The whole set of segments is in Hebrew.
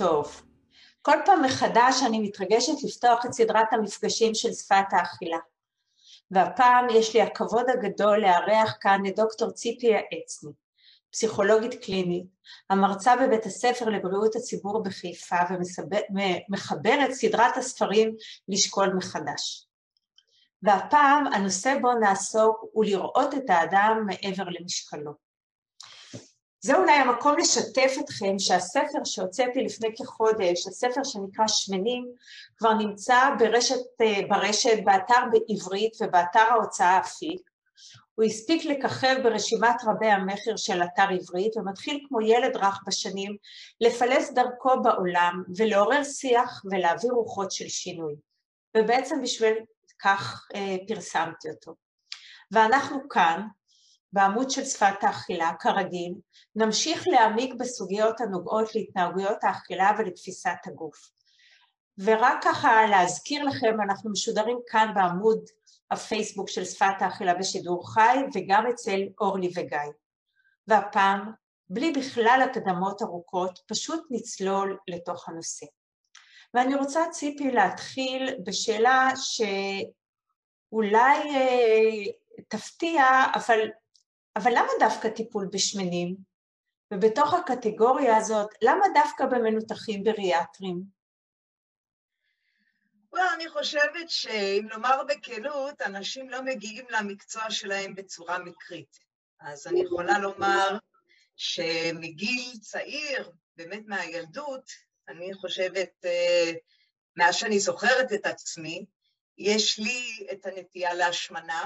טוב. כל פעם מחדש אני מתרגשת לפתוח את סדרת המפגשים של שפת האכילה. והפעם יש לי הכבוד הגדול לארח כאן את דוקטור ציפי העצני, פסיכולוגית קלינית, המרצה בבית הספר לבריאות הציבור בחיפה ומחברת סדרת הספרים לשקול מחדש. והפעם הנושא בו נעסוק הוא לראות את האדם מעבר למשקלו. זה אולי המקום לשתף אתכם שהספר שהוצאתי לפני כחודש, הספר שנקרא שמנים, כבר נמצא ברשת, באתר בעברית ובאתר ההוצאה אפיק. הוא הספיק לככב ברשימת רבי המחיר של אתר עברית, ומתחיל כמו ילד רך בשנים לפלס דרכו בעולם ולעורר שיח ולהעביר רוחות של שינוי. ובעצם בשביל כך פרסמתי אותו. ואנחנו כאן, בעמוד של שפת האכילה, כרגיל, נמשיך להעמיק בסוגיות הנוגעות להתנהגויות האכילה ולתפיסת הגוף. ורק ככה להזכיר לכם, אנחנו משודרים כאן בעמוד הפייסבוק של שפת האכילה בשידור חי, וגם אצל אורלי וגיא. והפעם, בלי בכלל הקדמות ארוכות, פשוט נצלול לתוך הנושא. ואני רוצה, ציפי, להתחיל בשאלה שאולי תפתיע, אבל למה דווקא טיפול בשמנים? ובתוך הקטגוריה הזאת, למה דווקא במנותחים בריאטרים? אני חושבת שאם לומר בכנות, אנשים לא מגיעים למקצוע שלהם בצורה מקרית. אז אני יכולה לומר שמגיל צעיר, באמת מהילדות, אני חושבת, מאז שאני זוכרת את עצמי, יש לי את הנטייה להשמנה,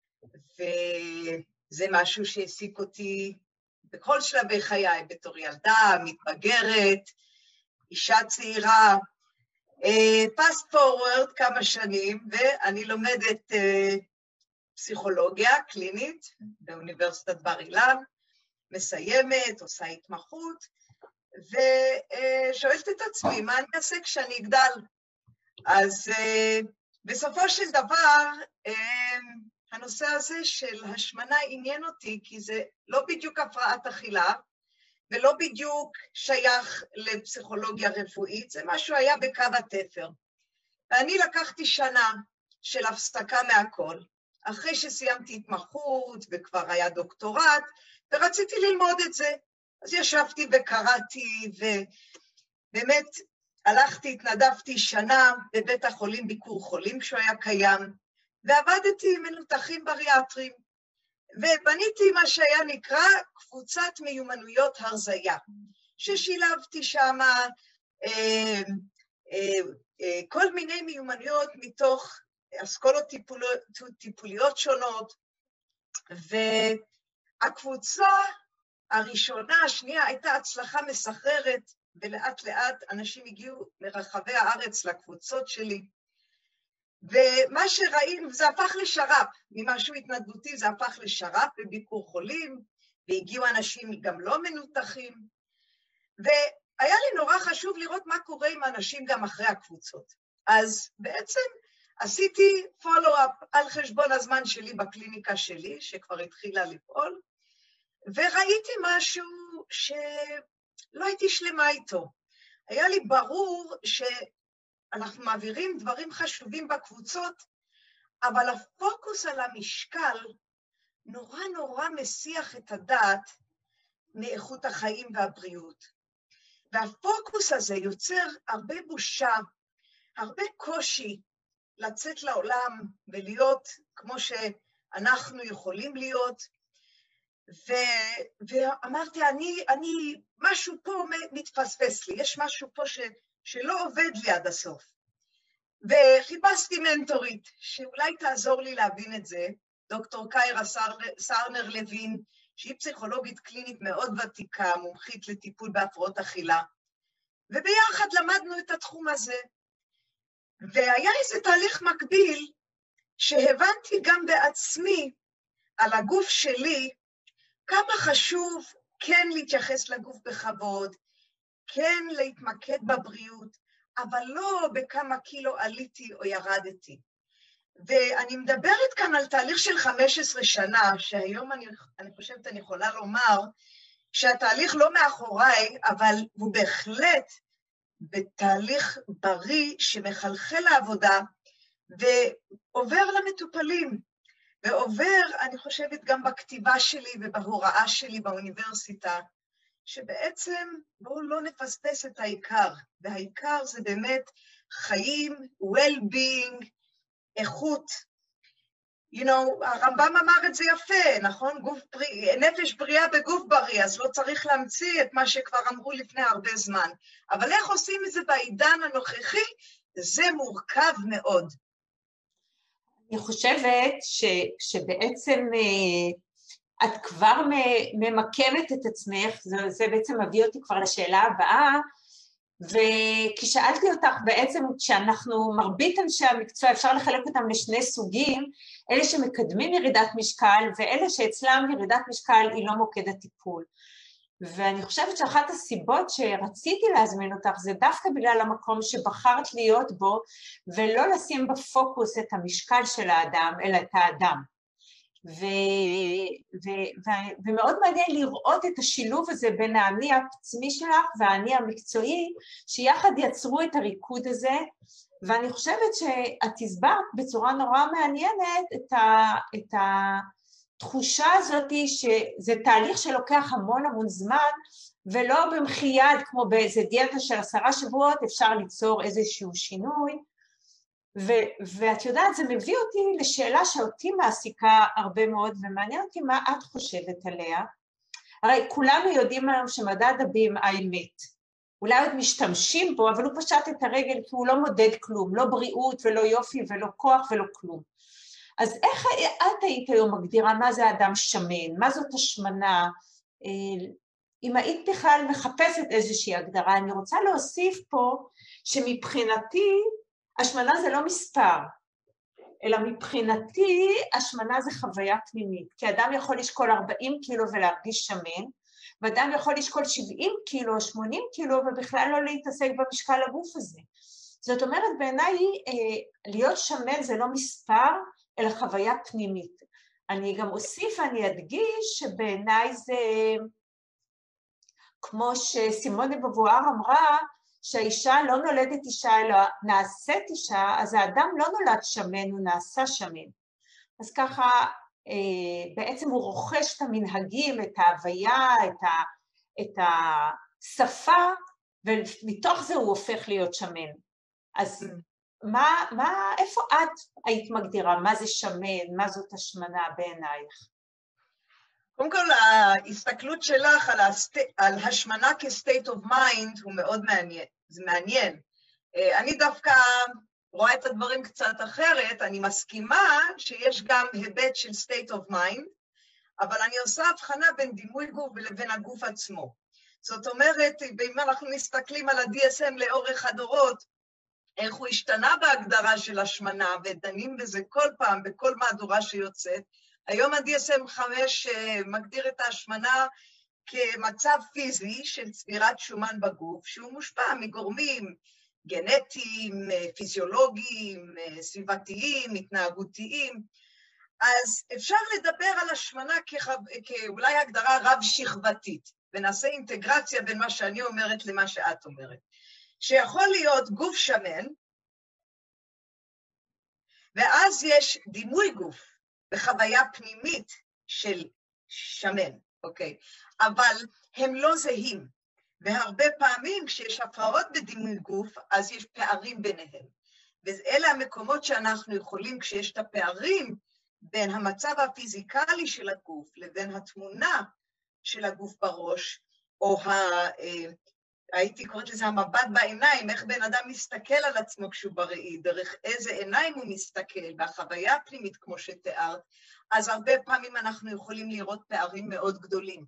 וזה משהו שהעסיק אותי בכל שלבי חיי, בתור ילדה, מתבגרת, אישה צעירה, פאסט פורוורד כמה שנים, ואני לומדת פסיכולוגיה קלינית באוניברסיטת בר אילן, מסיימת, עושה התמחות, ושואלת את עצמי, מה אני אעשה כשאני אגדל? אז בסופו של דבר, הנושא הזה של השמנה עניין אותי, כי זה לא בדיוק הפרעת אכילה, ולא בדיוק שייך לפסיכולוגיה רפואית, זה משהו היה בקו התפר. ואני לקחתי שנה של הפסקה מהכל, אחרי שסיימתי התמחות וכבר היה דוקטורט, ורציתי ללמוד את זה. אז ישבתי וקראתי, ובאמת הלכתי, התנדבתי שנה בבית החולים ביקור חולים כשהוא היה קיים, ועבדתי עם מנותחים בריאטרים. ובניתי מה שהיה נקרא קבוצת מיומנויות הרזיה, ששילבתי שם כל מיני מיומנויות מתוך אסכולות טיפוליות שונות, והקבוצה הראשונה, השנייה, הייתה הצלחה מסחררת, ולאט לאט אנשים הגיעו מרחבי הארץ לקבוצות שלי, ומה שראינו, זה הפך לשר"פ, ממשהו התנדבותי זה הפך לשר"פ בביקור חולים, והגיעו אנשים גם לא מנותחים, והיה לי נורא חשוב לראות מה קורה עם אנשים גם אחרי הקבוצות. אז בעצם עשיתי פולו-אפ על חשבון הזמן שלי בקליניקה שלי, שכבר התחילה לפעול, וראיתי משהו שלא הייתי שלמה איתו. היה לי ברור אנחנו מעבירים דברים חשובים בקבוצות, אבל הפוקוס על המשקל נורא מסיח את הדעת מאיכות החיים והבריאות. והפוקוס הזה יוצר הרבה בושה, הרבה קושי לצאת לעולם ולהיות כמו שאנחנו יכולים להיות. ואמרתי, משהו פה מתפספס לי, יש משהו פה שלא עובד לי עד הסוף. וחיפשתי מנטורית, שאולי תעזור לי להבין את זה, דוקטור קיירה סרנר לוין, שהיא פסיכולוגית קלינית מאוד ותיקה, מומחית לטיפול בהפרעות אכילה, וביחד למדנו את התחום הזה. והיה איזה תהליך מקביל, שהבנתי גם בעצמי על הגוף שלי, כמה חשוב כן להתייחס לגוף בכבוד, כן להתמקד בבריאות, אבל לא בכמה קילו עליתי או ירדתי. ואני מדברת כאן על תהליך של 15 שנה, שהיום אני חושבת אני יכולה לומר, שהתהליך לא מאחוריי, אבל הוא בהחלט בתהליך בריא שמחלחל לעבודה ועובר למטופלים, ועובר, אני חושבת, גם בכתיבה שלי ובהוראה שלי באוניברסיטה, שבעצם בואו לא נפספס את העיקר, והעיקר זה באמת חיים, well-being, איכות. הרמב"ם אמר את זה יפה, נכון? נפש בריאה בגוף בריא, אז לא צריך להמציא את מה שכבר אמרו לפני הרבה זמן. אבל איך עושים את זה בעידן הנוכחי? זה מורכב מאוד. אני חושבת שבעצם את כבר ממקמת את עצמך, זה בעצם מביא אותי כבר לשאלה הבאה, וכי שאלתי אותך בעצם כשאנחנו מרבית אנשי המקצוע, אפשר לחלק אותם לשני סוגים, אלה שמקדמים ירידת משקל ואלה שאצלם ירידת משקל היא לא מוקד הטיפול. ואני חושבת שאחת הסיבות שרציתי להזמין אותך זה דווקא בגלל המקום שבחרת להיות בו ולא לשים בפוקוס את המשקל של האדם אלא את האדם. ומאוד מעניין לראות את השילוב הזה בין האני העצמי שלך והאני המקצועי, שיחד יצרו את הריקוד הזה, ואני חושבת שאת הסברת בצורה נורא מעניינת את התחושה הזאת שזה תהליך שלוקח המון זמן, ולא במחי יד כמו באיזה דיאטה של 10 שבועות אפשר ליצור איזשהו שינוי, ואת יודעת, זה מביא אותי לשאלה שאותי מעסיקה הרבה מאוד, ומעניין אותי מה את חושבת עליה. הרי כולנו יודעים היום שמדד ה-BMI מת. אולי עוד משתמשים בו, אבל הוא פשט את הרגל כי הוא לא מודד כלום, לא בריאות ולא יופי ולא כוח ולא כלום. אז איך את היית היום מגדירה מה זה אדם שמן, מה זאת השמנה? אם היית בכלל מחפשת איזושהי הגדרה, אני רוצה להוסיף פה שמבחינתי, השמנה זה לא מספר, אלא מבחינתי השמנה זה חוויה פנימית, כי אדם יכול לשקול 40 קילו ולהרגיש שמן, ואדם יכול לשקול 70 קילו או 80 קילו ובכלל לא להתעסק במשקל הגוף הזה. זאת אומרת, בעיניי להיות שמן זה לא מספר, אלא חוויה פנימית. אני גם אוסיף ואני אדגיש שבעיניי זה, כמו שסימון דה בובואר אמרה, שהאישה לא נולדת אישה אלא נעשית אישה, אז האדם לא נולד שמן, הוא נעשה שמן. אז ככה בעצם הוא רוכש את המנהגים, את ההוויה, את השפה, ומתוך זה הוא הופך להיות שמן. אז איפה את היית מגדירה? מה זה שמן? מה זאת השמנה בעינייך? קודם כל, ההסתכלות שלך על השמנה כ-state of mind הוא מאוד מעניין. זה מעניין. אני דווקא רואה את הדברים קצת אחרת, אני מסכימה שיש גם היבט של state of mind, אבל אני עושה הבחנה בין דימוי גוף לבין הגוף עצמו. זאת אומרת, אם אנחנו מסתכלים על ה-DSM לאורך הדורות, איך הוא השתנה בהגדרה של השמנה, ודנים בזה כל פעם, בכל מהדורה שיוצאת, היום ה-DSM 5 מגדיר את ההשמנה כמצב פיזי של צבירת שומן בגוף, שהוא מושפע מגורמים גנטיים, פיזיולוגיים, סביבתיים, התנהגותיים. אז אפשר לדבר על השמנה כאולי הגדרה רב-שכבתית, ונעשה אינטגרציה בין מה שאני אומרת למה שאת אומרת. שיכול להיות גוף שמן, ואז יש דימוי גוף, בחוויה פנימית של שמן, אוקיי? אבל הם לא זהים, והרבה פעמים כשיש הפרעות בדימוי גוף, אז יש פערים ביניהם. ואלה המקומות שאנחנו יכולים, כשיש את הפערים בין המצב הפיזיקלי של הגוף לבין התמונה של הגוף בראש, או הייתי קוראת לזה המבט בעיניים, איך בן אדם מסתכל על עצמו כשהוא בראי, דרך איזה עיניים הוא מסתכל, והחוויה הפנימית כמו שתיארת, אז הרבה פעמים אנחנו יכולים לראות פערים מאוד גדולים.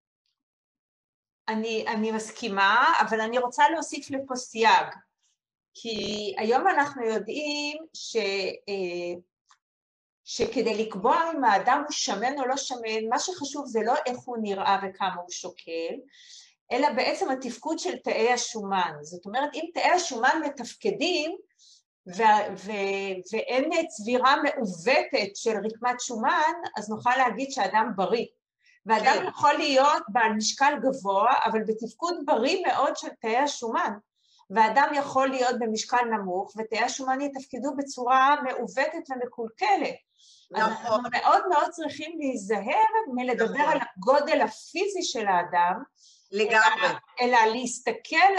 אני מסכימה, אבל אני רוצה להוסיף לפה סייג, כי היום אנחנו יודעים שכדי לקבוע אם האדם הוא שמן או לא שמן, מה שחשוב זה לא איך הוא נראה וכמה הוא שוקל, אלא בעצם התפקוד של תאי השומן. זאת אומרת, אם תאי השומן מתפקדים, ואין צבירה מעוותת של רקמת שומן, אז נוכל להגיד שהאדם בריא. ואדם יכול להיות בעל משקל גבוה, אבל בתפקוד בריא מאוד של תאי השומן. ואדם יכול להיות במשקל נמוך, ותאי השומן יתפקדו בצורה מעוותת ומקולקלת. אז אנחנו מאוד מאוד צריכים להיזהר מלדבר על הגודל הפיזי של האדם, לגמרי. אלא להסתכל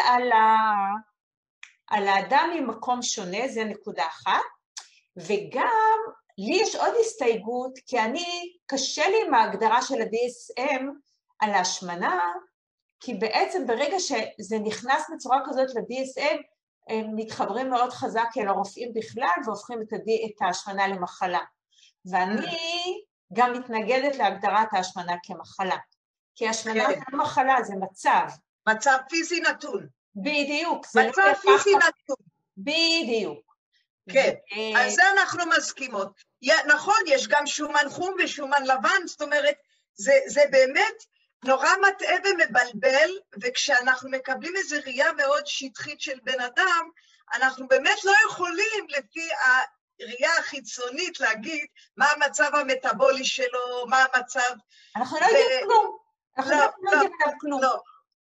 על האדם ממקום שונה, זה נקודה אחת, וגם לי יש עוד הסתייגות, כי קשה לי עם ההגדרה של ה-DSM על ההשמנה, כי בעצם ברגע שזה נכנס בצורה כזאת ל-DSM, הם מתחברים מאוד חזק אל הרופאים בכלל, והופכים את ההשמנה למחלה. ואני גם מתנגדת להגדרת ההשמנה כמחלה, כי השמנה זה לא מחלה, זה מצב. מצב פיזי נתון. בדיוק. מצב פיזי נתון. בדיוק. כן, על זה אנחנו מסכימות. נכון, יש גם שומן חום ושומן לבן, זאת אומרת, זה באמת נורא מטעה ומבלבל, וכשאנחנו מקבלים איזו ראייה מאוד שטחית של בן אדם, אנחנו באמת לא יכולים לפי הראייה החיצונית להגיד מה המצב המטאבולי שלו, מה המצב... אנחנו לא יודעים כלום. אנחנו לא יודעים כלום. לא.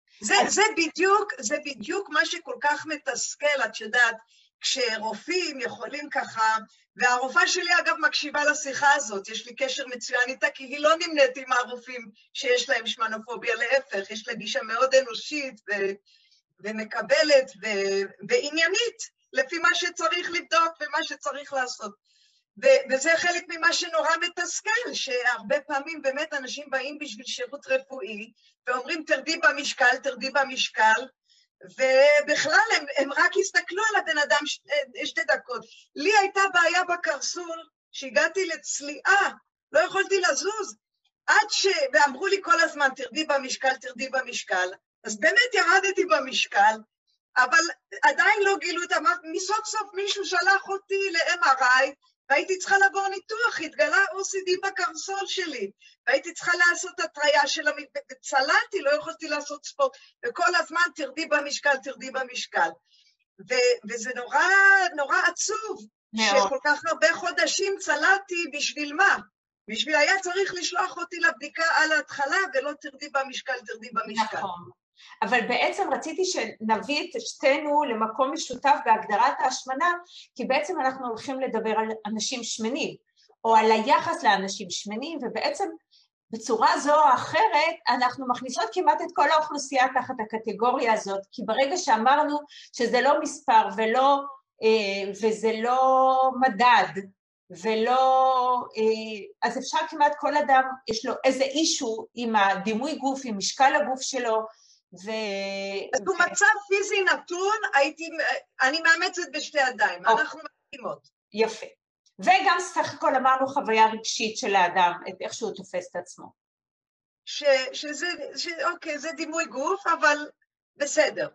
זה בדיוק מה שכל כך מתסכל, את יודעת, כשרופאים יכולים ככה, והרופאה שלי אגב מקשיבה לשיחה הזאת, יש לי קשר מצוין איתה, כי היא לא נמנית עם הרופאים שיש להם שמנופוביה, להפך, יש לה גישה מאוד אנושית ומקבלת ועניינית, לפי מה שצריך לבדוק ומה שצריך לעשות. וזה חלק ממה שנורא מתסכל, שהרבה פעמים באמת אנשים באים בשביל שירות רפואי, ואומרים תרדי במשקל, ובכלל הם רק הסתכלו על הבן אדם 2 דקות. לי הייתה בעיה בקרסול, שהגעתי לצליעה, לא יכולתי לזוז, ואמרו לי כל הזמן, תרדי במשקל, אז באמת ירדתי במשקל, אבל עדיין לא גילו את מסוף סוף מישהו שלח אותי ל-MRI, והייתי צריכה לעבור ניתוח, התגלה OCD בקרסול שלי, והייתי צריכה לעשות התריה של צללתי, לא יכולתי לעשות ספורט, וכל הזמן תרדי במשקל. וזה נורא עצוב, שכל כך הרבה חודשים צללתי בשביל מה? בשביל היה צריך לשלוח אותי לבדיקה על ההתחלה, ולא תרדי במשקל. נכון. אבל בעצם רציתי שנביא את שתינו למקום משותף בהגדרת ההשמנה, כי בעצם אנחנו הולכים לדבר על אנשים שמנים, או על היחס לאנשים שמנים, ובעצם בצורה זו או אחרת אנחנו מכניסות כמעט את כל האוכלוסייה תחת הקטגוריה הזאת, כי ברגע שאמרנו שזה לא מספר וזה לא מדד, אז אפשר כמעט כל אדם, יש לו איזה אישו עם הדימוי גוף, עם משקל הגוף שלו, אז הוא מצב פיזי נתון, אני מאמצת בשתי ידיים, אנחנו מסכימות. יפה. וגם סך הכל אמרנו חוויה רגשית של האדם, את איך שהוא תופס את עצמו. אוקיי, זה דימוי גוף, אבל בסדר.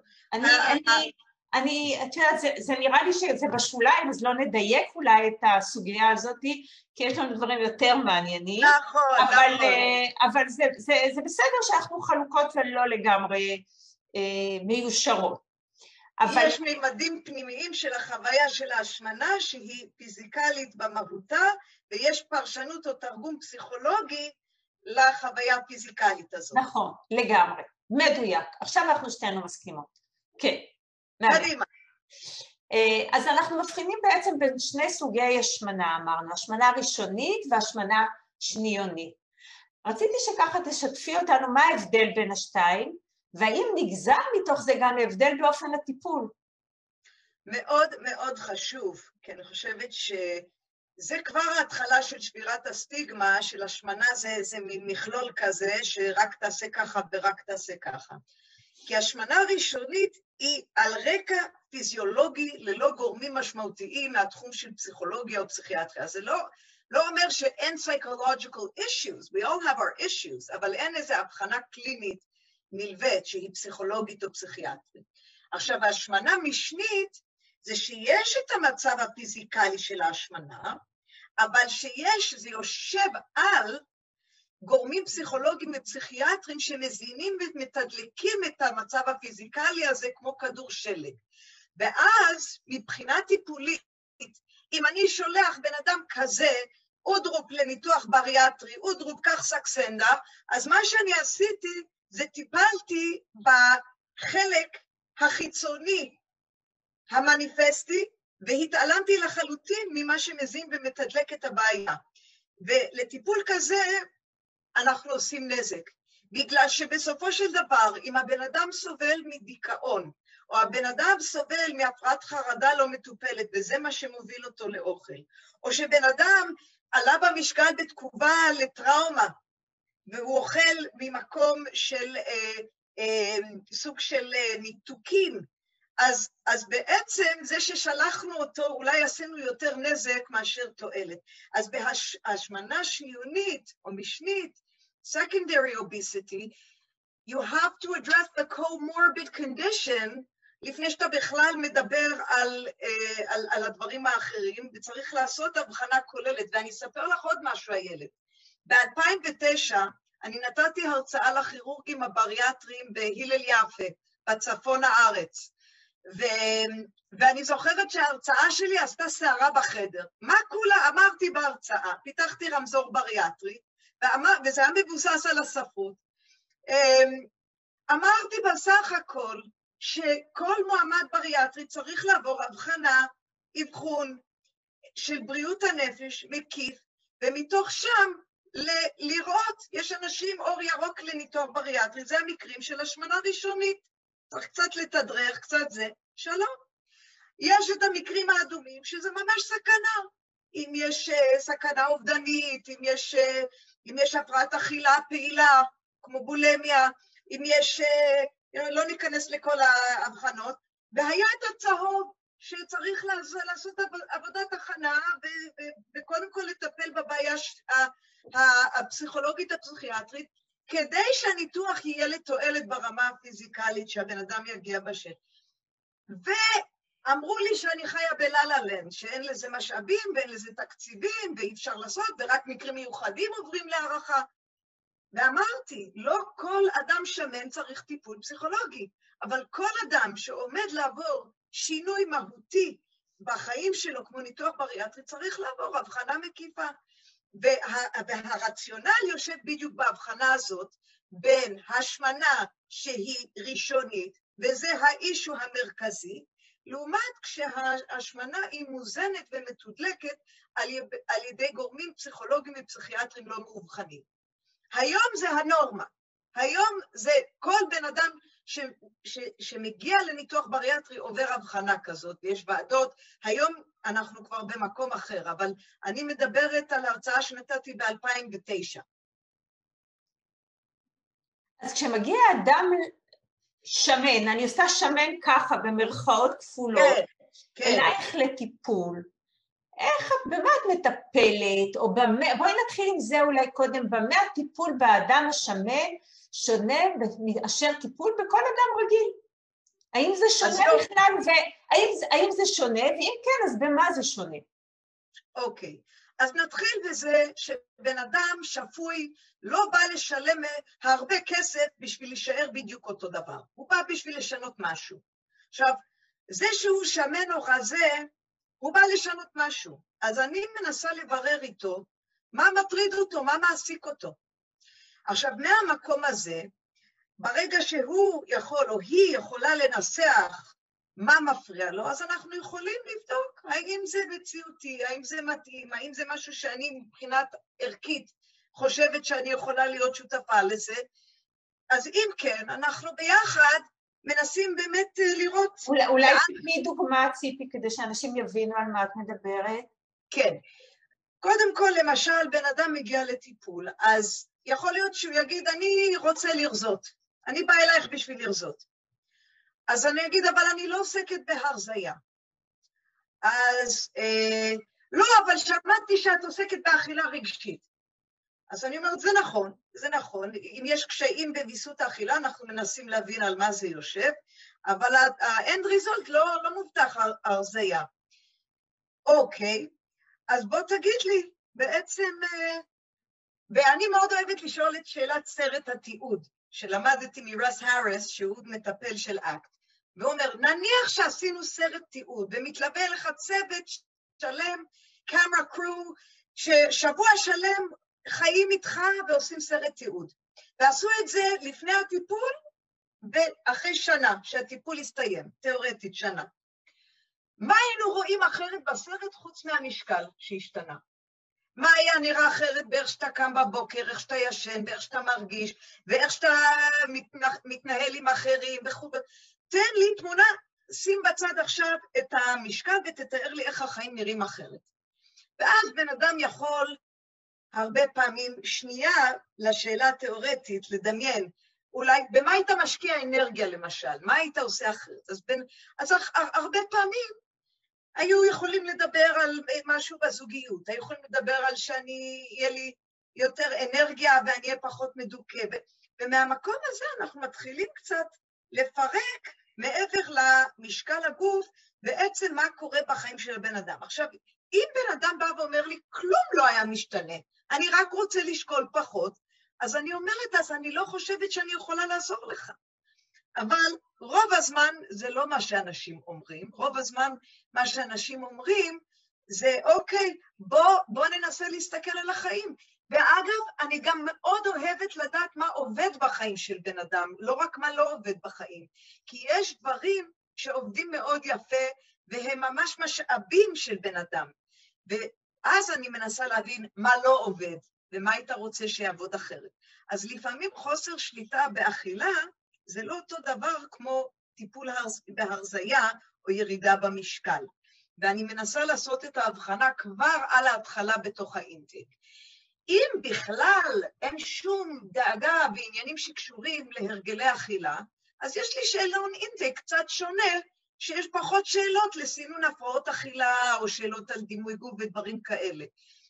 את יודעת, זה נראה לי שזה בשוליים, אז לא נדייק אולי את הסוגיה הזאת, כי יש לנו דברים יותר מעניינים. נכון. אבל זה בסדר שאנחנו חלוקות ולא לגמרי מיושרות. יש מימדים פנימיים של החוויה של ההשמנה, שהיא פיזיקלית במהותה, ויש פרשנות או תרגום פסיכולוגי לחוויה הפיזיקלית הזאת. נכון, לגמרי. מדויק. עכשיו אנחנו שתינו מסכימות. כן. מדהימה. אז אנחנו מבחינים בעצם בין 2 סוגי השמנה, אמרנו, השמנה ראשונית והשמנה שניונית. רציתי שככה תשתפי אותנו מה ההבדל בין השתיים, והאם נגזר מתוך זה גם ההבדל באופן הטיפול? מאוד מאוד חשוב, כי אני חושבת שזה כבר ההתחלה של שבירת הסטיגמה, של השמנה זה מכלול כזה, שרק תעשה ככה ורק תעשה ככה. כי השמנה הראשונית היא על רקע פיזיולוגי ללא גורמים משמעותיים מהתחום של פסיכולוגיה או פסיכיאטריה. זה לא אומר שאין psychological issues, we all have our issues, אבל אין איזו הבחנה קלינית נלווית שהיא פסיכולוגית או פסיכיאטרית. עכשיו, ההשמנה משנית זה שיש את המצב הפיזיקלי של ההשמנה, אבל זה יושב על גורמים פסיכולוגיים ופסיכיאטרים שמזינים ומתדלקים את המצב הפיזיקלי הזה כמו כדור שלג. ואז מבחינה טיפולית, אם אני שולח בן אדם כזה, אודרופ לניתוח בריאטרי, אודרופ כך סקסנדה, אז מה שאני עשיתי זה טיפלתי בחלק החיצוני המניפסטי, והתעלמתי לחלוטין ממה שמזין ומתדלק את הבעיה. ולטיפול כזה אנחנו עושים נזק, בגלל שבסופו של דבר, אם הבן אדם סובל מדיכאון, או הבן אדם סובל מהפרעת חרדה לא מטופלת, וזה מה שמוביל אותו לאוכל, או שבן אדם עלה במשקל בתגובה לטראומה, והוא אוכל ממקום של סוג של ניתוקים, אז בעצם זה ששלחנו אותו, אולי עשינו יותר נזק מאשר תועלת. אז בהשמנה שניונית או משנית, secondary obesity, you have to address the comorbid condition, לפני שאתה בכלל מדבר על הדברים האחרים, וצריך לעשות הבחנה כוללת. ואני אספר לך עוד משהו, הילד. ב-2009, אני נתתי הרצאה לכירורגים הבריאטריים בהלל יפה, בצפון הארץ. ואני זוכרת שההרצאה שלי עשתה סערה בחדר. מה כולה אמרתי בהרצאה? פיתחתי רמזור בריאטרי, וזה היה מבוסס על הספרות. אמרתי בסך הכל שכל מועמד בריאטרי צריך לעבור הבחנה, אבחון של בריאות הנפש מקיף, ומתוך שם לראות, יש אנשים אור ירוק לניתוח בריאטרי, זה המקרים של השמנה ראשונית. צריך קצת לתדרך, קצת זה, שלום. יש את המקרים האדומים שזה ממש סכנה. אם יש סכנה אובדנית, אם יש הפרעת אכילה פעילה, כמו בולמיה, אם יש, לא ניכנס לכל ההבחנות, והיה את הצהוב שצריך לעשות עבודת הכנה, וקודם כל לטפל בבעיה הפסיכולוגית הפסיכיאטרית, כדי שהניתוח יהיה לתועלת ברמה הפיזיקלית שהבן אדם יגיע בשטח. ואמרו לי שאני חיה בלה-לה-לנד, שאין לזה משאבים ואין לזה תקציבים ואי אפשר לעשות, ורק מקרים מיוחדים עוברים להערכה. ואמרתי, לא כל אדם שמן צריך טיפול פסיכולוגי, אבל כל אדם שעומד לעבור שינוי מהותי בחיים שלו, כמו ניתוח בריאטרי, צריך לעבור הבחנה מקיפה. והרציונל יושב בדיוק בהבחנה הזאת, בין השמנה שהיא ראשונית, וזה האישו המרכזי, לעומת כשהשמנה היא מוזנת ומתודלקת על ידי גורמים פסיכולוגיים ופסיכיאטרים לא מאובחנים. היום זה הנורמה. היום זה כל בן אדם שמגיע לניתוח בריאטרי עובר הבחנה כזאת, ויש ועדות. היום אנחנו כבר במקום אחר, אבל אני מדברת על ההרצאה שנתתי ב-2009. אז כשמגיע אדם שמן, אני עושה שמן ככה במרכאות כפולות, כן. אלייך לטיפול, במה את מטפלת, או בואי נתחיל עם זה אולי קודם, במה הטיפול באדם השמן שונה מאשר טיפול בכל אדם רגיל? האם זה שונה בכלל, והאם זה שונה, ואם כן, אז במה זה שונה? אוקיי, אז נתחיל בזה שבן אדם שפוי לא בא לשלם הרבה כסף בשביל להישאר בדיוק אותו דבר, הוא בא בשביל לשנות משהו. עכשיו, זה שהוא שמן או רזה, הוא בא לשנות משהו, אז אני מנסה לברר איתו מה מטריד אותו, מה מעסיק אותו. עכשיו, מהמקום הזה, ברגע שהוא יכול או היא יכולה לנסח מה מפריע לו, אז אנחנו יכולים לבדוק האם זה מציאותי, האם זה מתאים, האם זה משהו שאני מבחינת ערכית חושבת שאני יכולה להיות שותפה לזה. אז אם כן, אנחנו ביחד מנסים באמת לראות... אולי תתני דוגמה, ציפי, כדי שאנשים יבינו על מה את מדברת. כן. קודם כל, למשל, בן אדם מגיע לטיפול, אז יכול להיות שהוא יגיד, אני רוצה לרזות. אני באה אלייך בשביל לרזות. אז אני אגיד, אבל אני לא עוסקת בהרזיה. אז לא, אבל שמעתי שאת עוסקת באכילה רגשית. אז אני אומרת, זה נכון, זה נכון. אם יש קשיים בוויסות האכילה, אנחנו מנסים להבין על מה זה יושב, אבל האנד ריזולט לא מובטח הרזיה. אוקיי, אז בוא תגיד לי, בעצם, ואני מאוד אוהבת לשאול את שאלת סרט התיעוד, שלמדתי מרס האריס, שהוא מטפל של אקט, והוא אומר, נניח שעשינו סרט תיעוד, ומתלווה לך צוות שלם, קאמרה קרו, ששבוע שלם חיים איתך ועושים סרט תיעוד. ועשו את זה לפני הטיפול, ואחרי שנה, שהטיפול הסתיים, תיאורטית שנה. מה היינו רואים אחרת בסרט חוץ מהמשקל שהשתנה? מה היה נראה אחרת באיך שאתה קם בבוקר, איך שאתה ישן, באיך שאתה מרגיש, ואיך שאתה מתנהל עם אחרים וכו'. תן לי תמונה, שים בצד עכשיו את המשקל ותתאר לי איך החיים נראים אחרת. ואז בן אדם יכול הרבה פעמים שנייה לשאלה התיאורטית, לדמיין, אולי במה היית משקיע אנרגיה למשל, מה היית עושה אחרת? אז הרבה פעמים היו יכולים לדבר על משהו בזוגיות, היו יכולים לדבר על יהיה לי יותר אנרגיה ואני אהיה פחות מדוכא. ומהמקום הזה אנחנו מתחילים קצת לפרק מעבר למשקל הגוף, בעצם מה קורה בחיים של הבן אדם. עכשיו, אם בן אדם בא ואומר לי, כלום לא היה משתנה, אני רק רוצה לשקול פחות, אז אני אומרת, אז אני לא חושבת שאני יכולה לעזור לך. אבל רוב הזמן זה לא מה שאנשים אומרים, רוב הזמן מה שאנשים אומרים זה, אוקיי, בוא ננסה להסתכל על החיים. ואגב, אני גם מאוד אוהבת לדעת מה עובד בחיים של בן אדם, לא רק מה לא עובד בחיים. כי יש דברים שעובדים מאוד יפה, והם ממש משאבים של בן אדם. ואז אני מנסה להבין מה לא עובד, ומה היית רוצה שיעבוד אחרת. אז לפעמים חוסר שליטה באכילה, זה לא אותו דבר כמו טיפול בהרזיה או ירידה במשקל. ואני מנסה לעשות את ההבחנה כבר על ההתחלה בתוך האינטק. אם בכלל אין שום דאגה בעניינים שקשורים להרגלי אכילה, אז יש לי שאלון אינטק קצת שונה, שיש פחות שאלות לסינון הפרעות אכילה, או שאלות על דימוי גוף ודברים כאלה.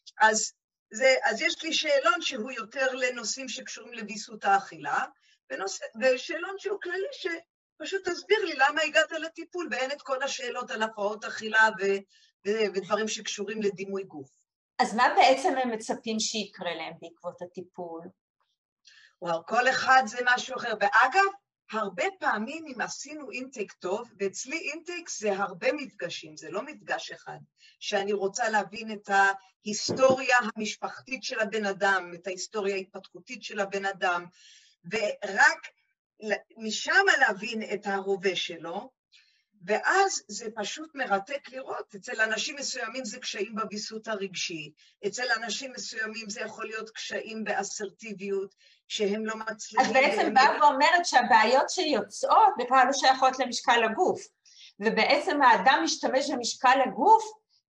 אז יש לי שאלון שהוא יותר לנושאים שקשורים לביסות האכילה, ושאלון שהוא כללי שפשוט תסביר לי למה הגעת לטיפול, ואין את כל השאלות על הפרעות אכילה ודברים שקשורים לדימוי גוף. אז מה בעצם הם מצפים שיקרה להם בעקבות הטיפול? וואו, כל אחד זה משהו אחר. ואגב, הרבה פעמים אם עשינו אינטק טוב, ואצלי אינטק זה הרבה מפגשים, זה לא מפגש אחד, שאני רוצה להבין את ההיסטוריה המשפחתית של הבן אדם, את ההיסטוריה ההתפתחותית של הבן אדם, ורק משם להבין את ההווה שלו, ואז זה פשוט מרתק לראות. אצל אנשים מסוימים זה קשיים בביסות הרגשי, אצל אנשים מסוימים זה יכול להיות קשיים באסרטיביות, שהם לא מצליחים... אז בעצם באה ואומרת שהבעיות שיוצאות בכלל לא שייכות למשקל הגוף, ובעצם האדם משתמש במשקל הגוף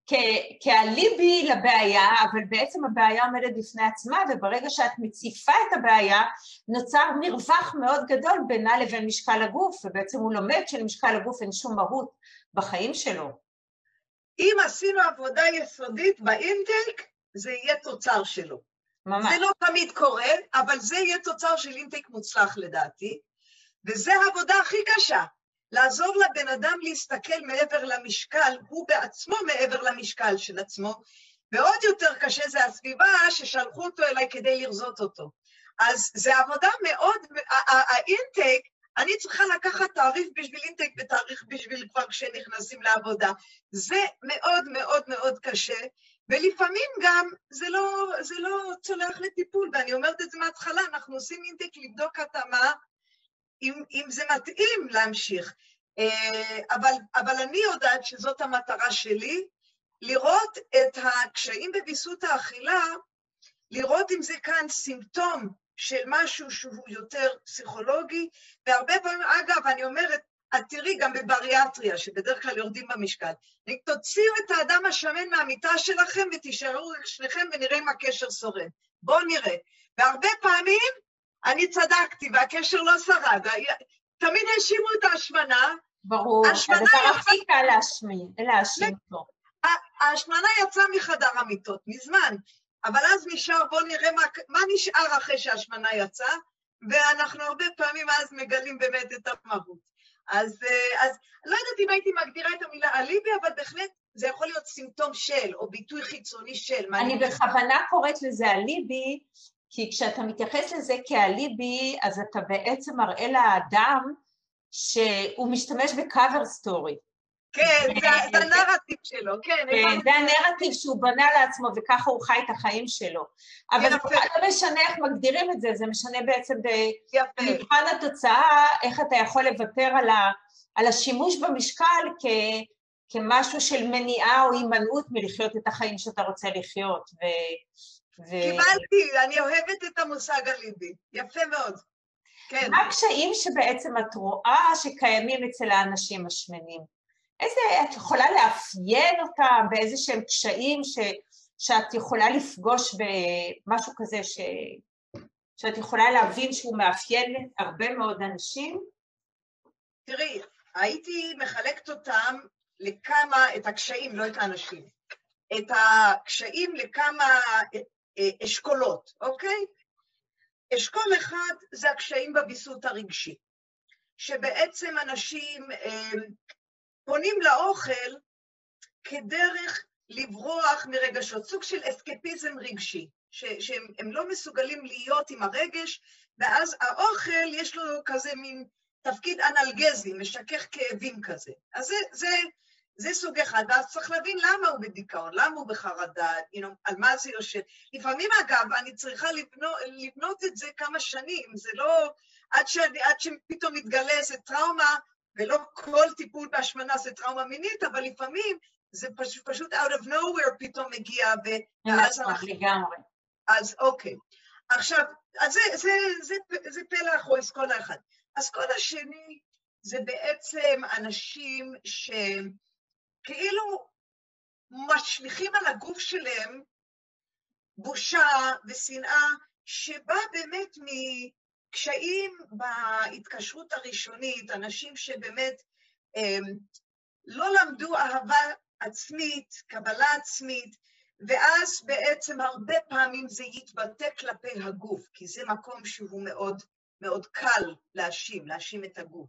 כאליבי לבעיה, אבל בעצם הבעיה עומדת בפני עצמה, וברגע שאת מציפה את הבעיה, נוצר מרווח מאוד גדול בינה לבין משקל הגוף, ובעצם הוא לומד שלמשקל הגוף אין שום מהות בחיים שלו. אם עשינו עבודה יסודית באינטק, זה יהיה תוצר שלו. ממש. זה לא תמיד קורה, אבל זה יהיה תוצר של אינטק מוצלח לדעתי, וזה העבודה הכי קשה. לעזור לבן אדם להסתכל מעבר למשקל, הוא בעצמו מעבר למשקל של עצמו, ועוד יותר קשה זה הסביבה ששלחו אותו אליי כדי לרזות אותו. אז זה עבודה מאוד, האינטק, אני צריכה לקחת תעריף בשביל אינטק ותעריף בשביל כבר כשנכנסים לעבודה. זה מאוד מאוד מאוד קשה, ולפעמים גם זה לא צולח לטיפול, ואני אומרת את זה מההתחלה, אנחנו עושים אינטק לבדוק התאמה, אם זה מתאים להמשיך. אבל אני יודעת שזאת המטרה שלי, לראות את הקשיים בביסות האכילה, לראות אם זה כאן סימפטום של משהו שהוא יותר פסיכולוגי, והרבה פעמים, אגב, אני אומרת, את תראי גם בבריאטריה, שבדרך כלל יורדים במשקל, תוציאו את האדם השמן מהמיטה שלכם ותישארו שניכם ונראה אם הקשר שורד. בואו נראה. והרבה פעמים, אני צדקתי, והקשר לא שרד. תמיד האשימו את ההשמנה. ברור, הדבר הכי קל להאשים פה. ההשמנה יצאה מחדר המיטות, מזמן. אבל אז נשאר, בואו נראה מה נשאר אחרי שההשמנה יצאה, ואנחנו הרבה פעמים אז מגלים באמת את המהות. אז לא יודעת אם הייתי מגדירה את המילה אליבי, אבל בהחלט זה יכול להיות סימפטום של, או ביטוי חיצוני של. אני בכוונה קוראת לזה אליבי, כי כשאתה מתייחס לזה כאליבי, אז אתה בעצם מראה לאדם שהוא משתמש בקאבר סטורי. כן, זה הנרטיב שלו, כן. זה הנרטיב שהוא בנה לעצמו, וככה הוא חי את החיים שלו. אבל זה לא משנה איך מגדירים את זה, זה משנה בעצם במבחן התוצאה, איך אתה יכול לוותר על השימוש במשקל כמשהו של מניעה או הימנעות מלחיות את החיים שאתה רוצה לחיות. קיבלתי, אני אוהבת את המושג אליבי, יפה מאוד. כן. מה הקשיים שבעצם את רואה שקיימים אצל האנשים השמנים? את יכולה לאפיין אותם באיזה שהם קשיים שאת יכולה לפגוש במשהו כזה שאת יכולה להבין שהוא מאפיין הרבה מאוד אנשים? תראי, הייתי מחלקת אותם לכמה, את הקשיים, לא את האנשים, את הקשיים לכמה אשכולות, אוקיי? אשכול אחד זה הקשיים בביסות הרגשי, שבעצם אנשים פונים לאוכל כדרך לברוח מרגשות, סוג של אסקפיזם רגשי, שהם לא מסוגלים להיות עם הרגש, ואז האוכל יש לו כזה מין תפקיד אנלגזי, משכך כאבים כזה. אז זה סוג אחד, ואז צריך להבין למה הוא בדיכאון, למה הוא בחרדה, על מה זה יושב. לפעמים אגב, אני צריכה לבנות את זה כמה שנים, זה לא עד שפתאום מתגלה איזה טראומה, ולא כל טיפול בהשמנה זה טראומה מינית, אבל לפעמים זה פשוט out of nowhere פתאום מגיע, ואז אנחנו... לגמרי. אז אוקיי. עכשיו, אז זה פלח או אסכולה אחד. אסכולה שני זה בעצם אנשים שכאילו משליכים על הגוף שלהם בושה ושנאה, שבא באמת מקשיים בהתקשרות הראשונית, אנשים שבאמת לא למדו אהבה עצמית, קבלה עצמית, ואז בעצם הרבה פעמים זה יתבטא כלפי הגוף, כי זה מקום שהוא מאוד מאוד קל להאשים את הגוף.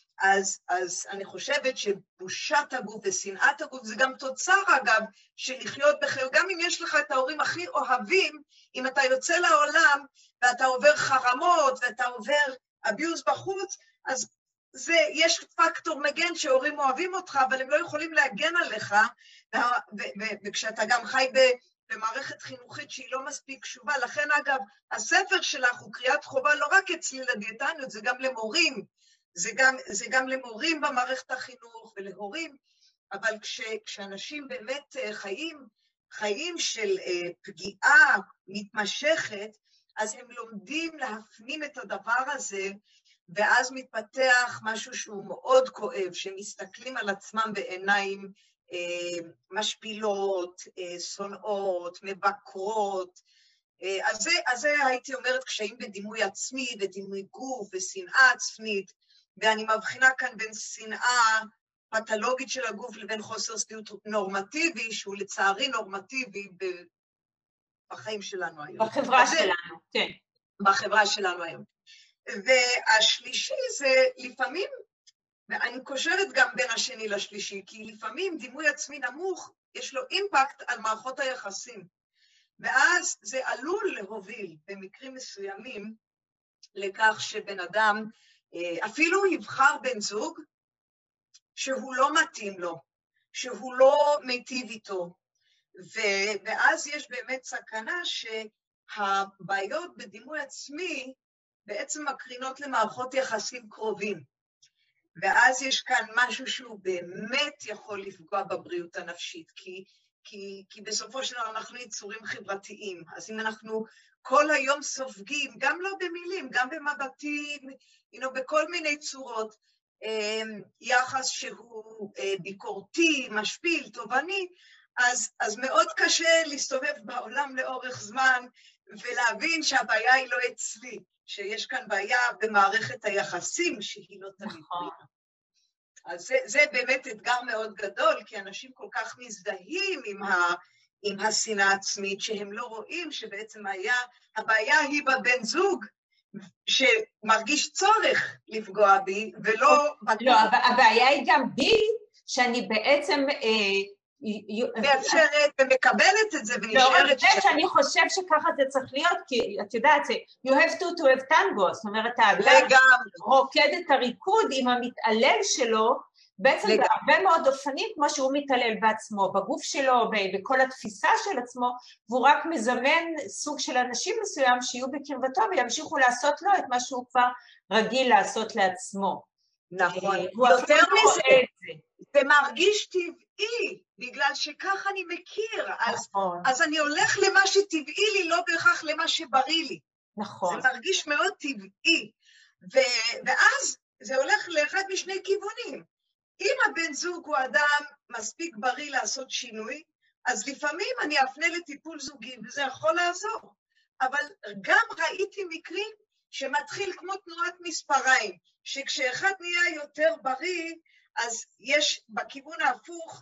אז אני חושבת שבושת הגוף ושנאת הגוף זה גם תוצר אגב של לחיות בחיים, גם אם יש לך את ההורים הכי אוהבים, אם אתה יוצא לעולם ואתה עובר חרמות ואתה עובר אביוז בחוץ, אז יש פקטור מגן שהורים אוהבים אותך, אבל הם לא יכולים להגן עליך, וכשאתה גם חי במערכת חינוכית שהיא לא מספיק קשובה, לכן אגב, הספר שלך הוא קריאת חובה לא רק אצלי לדיאטניות, זה גם למורים, זה גם למורים במערכת החינוך ולהורים, אבל כשאנשים באמת חיים של פגיעה מתמשכת, אז הם לומדים להפנים את הדבר הזה, ואז מתפתח משהו שהוא מאוד כואב, שמסתכלים על עצמם בעיניים משפילות, שונאות, מבקרות. אז זה הייתי אומרת קשיים בדימוי עצמי ודימוי גוף ושנאה עצמית, ואני מבחינה כאן בין שנאה פתולוגית של הגוף לבין חוסר שביעות נורמטיבי, שהוא לצערי נורמטיבי בחיים שלנו היום. בחברה שלנו, כן. בחברה שלנו היום. והשלישי זה לפעמים, ואני קושרת גם בין השני לשלישי, כי לפעמים דימוי עצמי נמוך, יש לו אימפקט על מערכות היחסים. ואז זה עלול להוביל במקרים מסוימים לכך שבן אדם אפילו יבחר בן זוג שהוא לא מתאים לו, שהוא לא מיטיב איתו. ואז יש באמת סכנה שהבעיות בדימוי עצמי בעצם מקרינות למערכות יחסים קרובים. ואז יש כאן משהו שהוא באמת יכול לפגוע בבריאות הנפשית, כי בסופו של דבר אנחנו יצורים חברתיים. אז אם אנחנו כל היום סופגים, גם לא במילים, גם במבטים, בכל מיני צורות, יחס שהוא ביקורתי, משפיל, תובעני, אז מאוד קשה להסתובב בעולם לאורך זמן, ולהבין שהבעיה היא לא אצלי, שיש כאן בעיה במערכת היחסים שהיא לא תמיד בריאה. אז זה באמת אתגר מאוד גדול, כי אנשים כל כך מזדהים עם השנאה העצמית, שהם לא רואים שבעצם הבעיה היא בבן זוג, שמרגיש צורך לפגוע בי, ולא... לא, הבעיה היא גם בי, שאני בעצם... מאפשרת ומקבלת את זה ונשארת... לא, שאני חושב שככה זה צריך להיות, כי את יודעת, you have to have tango, זאת אומרת, האדם רוקד את הריקוד עם המתעלל שלו, בעצם בהרבה מאוד אופנים, כמו שהוא מתעלל בעצמו, בגוף שלו, בכל התפיסה של עצמו, והוא רק מזמן סוג של אנשים מסוים שיהיו בקרבתו, וימשיכו לעשות לו את מה שהוא כבר רגיל לעשות לעצמו. נכון, יותר מזה. זה מרגיש טבעי, בגלל שכך אני מכיר, נכון. אז אני הולך למה שטבעי לי, לא בהכרח למה שבריא לי. נכון. זה מרגיש מאוד טבעי, ואז זה הולך לאחד משני כיוונים. אם הבן זוג הוא אדם מספיק בריא לעשות שינוי, אז לפעמים אני אפנה לטיפול זוגי, וזה יכול לעזור. אבל גם ראיתי מקרים שמתחיל כמו תנועת מספריים, שכשאחד נהיה יותר בריא, אז יש בכיוון ההפוך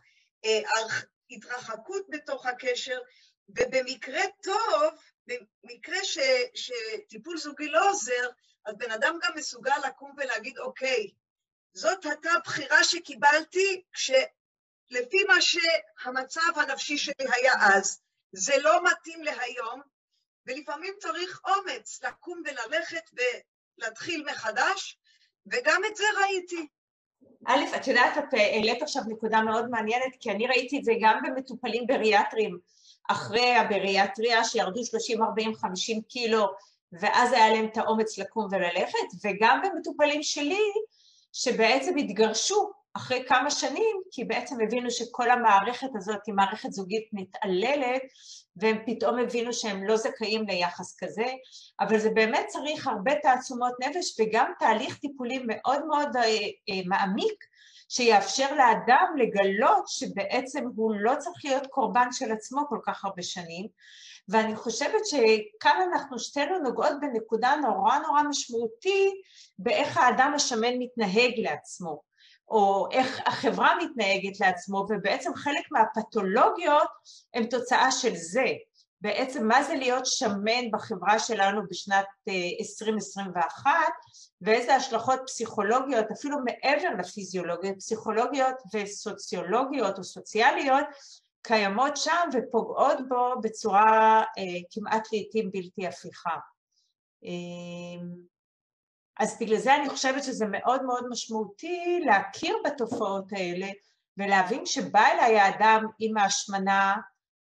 התרחקות בתוך הקשר, ובמקרה טוב, במקרה שטיפול זוגי לא עוזר, אז בן אדם גם מסוגל לקום ולהגיד, אוקיי, זאת הייתה בחירה שקיבלתי, לפי מה שהמצב הנפשי שלי היה אז, זה לא מתאים להיום, ולפעמים צריך אומץ לקום וללכת ולהתחיל מחדש, וגם את זה ראיתי. א', את יודעת, את העלית עכשיו נקודה מאוד מעניינת, כי אני ראיתי את זה גם במטופלים בריאטריים, אחרי הבריאטריה שירדו 30, 40, 50 קילו, ואז היה להם את האומץ לקום וללכת, וגם במטופלים שלי, שבעצם התגרשו אחרי כמה שנים, כי בעצם הבינו שכל המערכת הזאת היא מערכת זוגית מתעללת, והם פתאום הבינו שהם לא זכאים ליחס כזה, אבל זה באמת צריך הרבה תעצומות נפש, וגם תהליך טיפולי מאוד מאוד מעמיק, שיאפשר לאדם לגלות שבעצם הוא לא צריך להיות קורבן של עצמו כל כך הרבה שנים, ואני חושבת שכאן אנחנו שתינו נוגעות בנקודה נורא נורא משמעותי, באיך האדם השמן מתנהג לעצמו, או איך החברה מתנהגת לעצמו, ובעצם חלק מהפתולוגיות הן תוצאה של זה. בעצם מה זה להיות שמן בחברה שלנו בשנת 2021, ואיזה השלכות פסיכולוגיות, אפילו מעבר לפיזיולוגיות, פסיכולוגיות וסוציולוגיות או סוציאליות, קיימות שם ופוגעות בו בצורה כמעט לעתים בלתי הפיכה. אז בגלל זה אני חושבת שזה מאוד מאוד משמעותי להכיר בתופעות האלה, ולהבין שבא אליי האדם עם ההשמנה,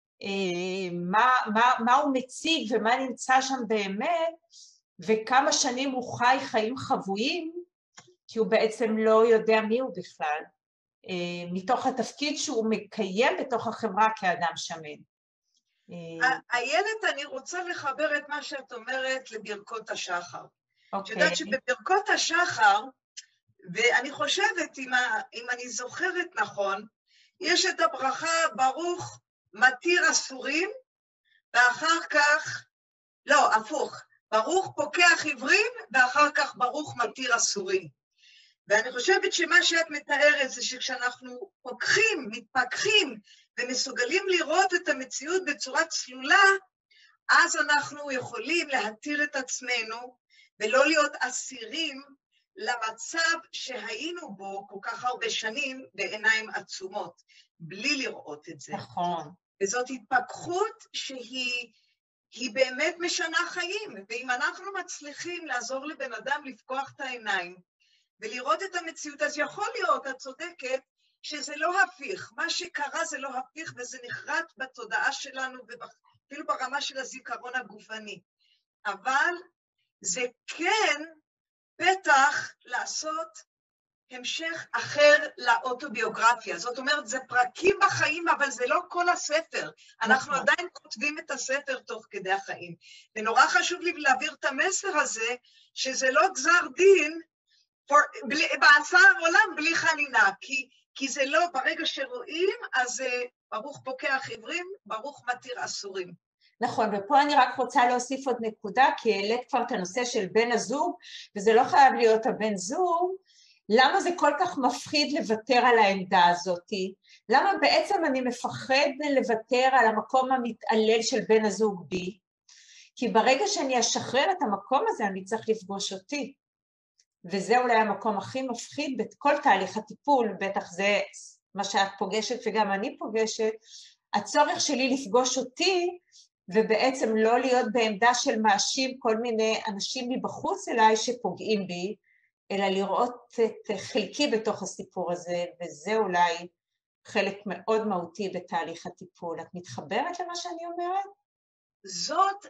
מה הוא מציג ומה נמצא שם באמת, וכמה שנים הוא חי חיים חבויים, כי הוא בעצם לא יודע מי הוא בכלל, מתוך התפקיד שהוא מקיים בתוך החברה כאדם שמן. איילת, אני רוצה לחבר את מה שאת אומרת לברכות השחר. את אוקיי. יודעת שבברכות השחר, ואני חושבת, אם אני זוכרת נכון, יש את הברכה ברוך מתיר אסורים, ואחר כך, לא, הפוך, ברוך פוקח עיוורים, ואחר כך ברוך מתיר אסורים. ואני חושבת שמה שאת מתארת זה שכשאנחנו פוקחים, מתפקחים, ומסוגלים לראות את המציאות בצורה צלולה, אז אנחנו יכולים להתיר את עצמנו, ולא להיות אסירים למצב שהיינו בו כל כך הרבה שנים בעיניים עצומות, בלי לראות את זה. נכון. וזאת התפכחות שהיא באמת משנה חיים, ואם אנחנו מצליחים לעזור לבן אדם לפקוח את העיניים, ולראות את המציאות, אז יכול להיות, את צודקת, שזה לא הפיך. מה שקרה זה לא הפיך, וזה נחרט בתודעה שלנו, ואפילו ברמה של הזיכרון הגופני. אבל זה כן פתח לעשות המשך אחר לאוטוביוגרפיה. זאת אומרת, זה פרקים בחיים, אבל זה לא כל הספר. אנחנו עדיין כותבים את הספר תוך כדי החיים. ונורא חשוב לי להעביר את המסר הזה, שזה לא גזר דין, בעשר העולם בלי חנינה, כי זה לא, ברגע שרואים, אז ברוך פוקח עיוורים, ברוך מתיר אסורים. נכון, ופה אני רק רוצה להוסיף עוד נקודה, כי העלית כבר את הנושא של בן הזוג, וזה לא חייב להיות הבן זוג. למה זה כל כך מפחיד לוותר על העמדה הזאת? למה בעצם אני מפחד לוותר על המקום המתעלל של בן הזוג בי? כי ברגע שאני אשחרר את המקום הזה, אני צריך לפגוש אותי. וזה אולי המקום הכי מפחיד בכל תהליך הטיפול, בטח זה מה שאת פוגשת וגם אני פוגשת, הצורך שלי לפגוש אותי, ובעצם לא להיות בעמדה של מאשים כל מיני אנשים מבחוץ אליי שפוגעים בי, אלא לראות את חלקי בתוך הסיפור הזה, וזה אולי חלק מאוד מהותי בתהליך הטיפול. את מתחברת למה שאני אומרת? זאת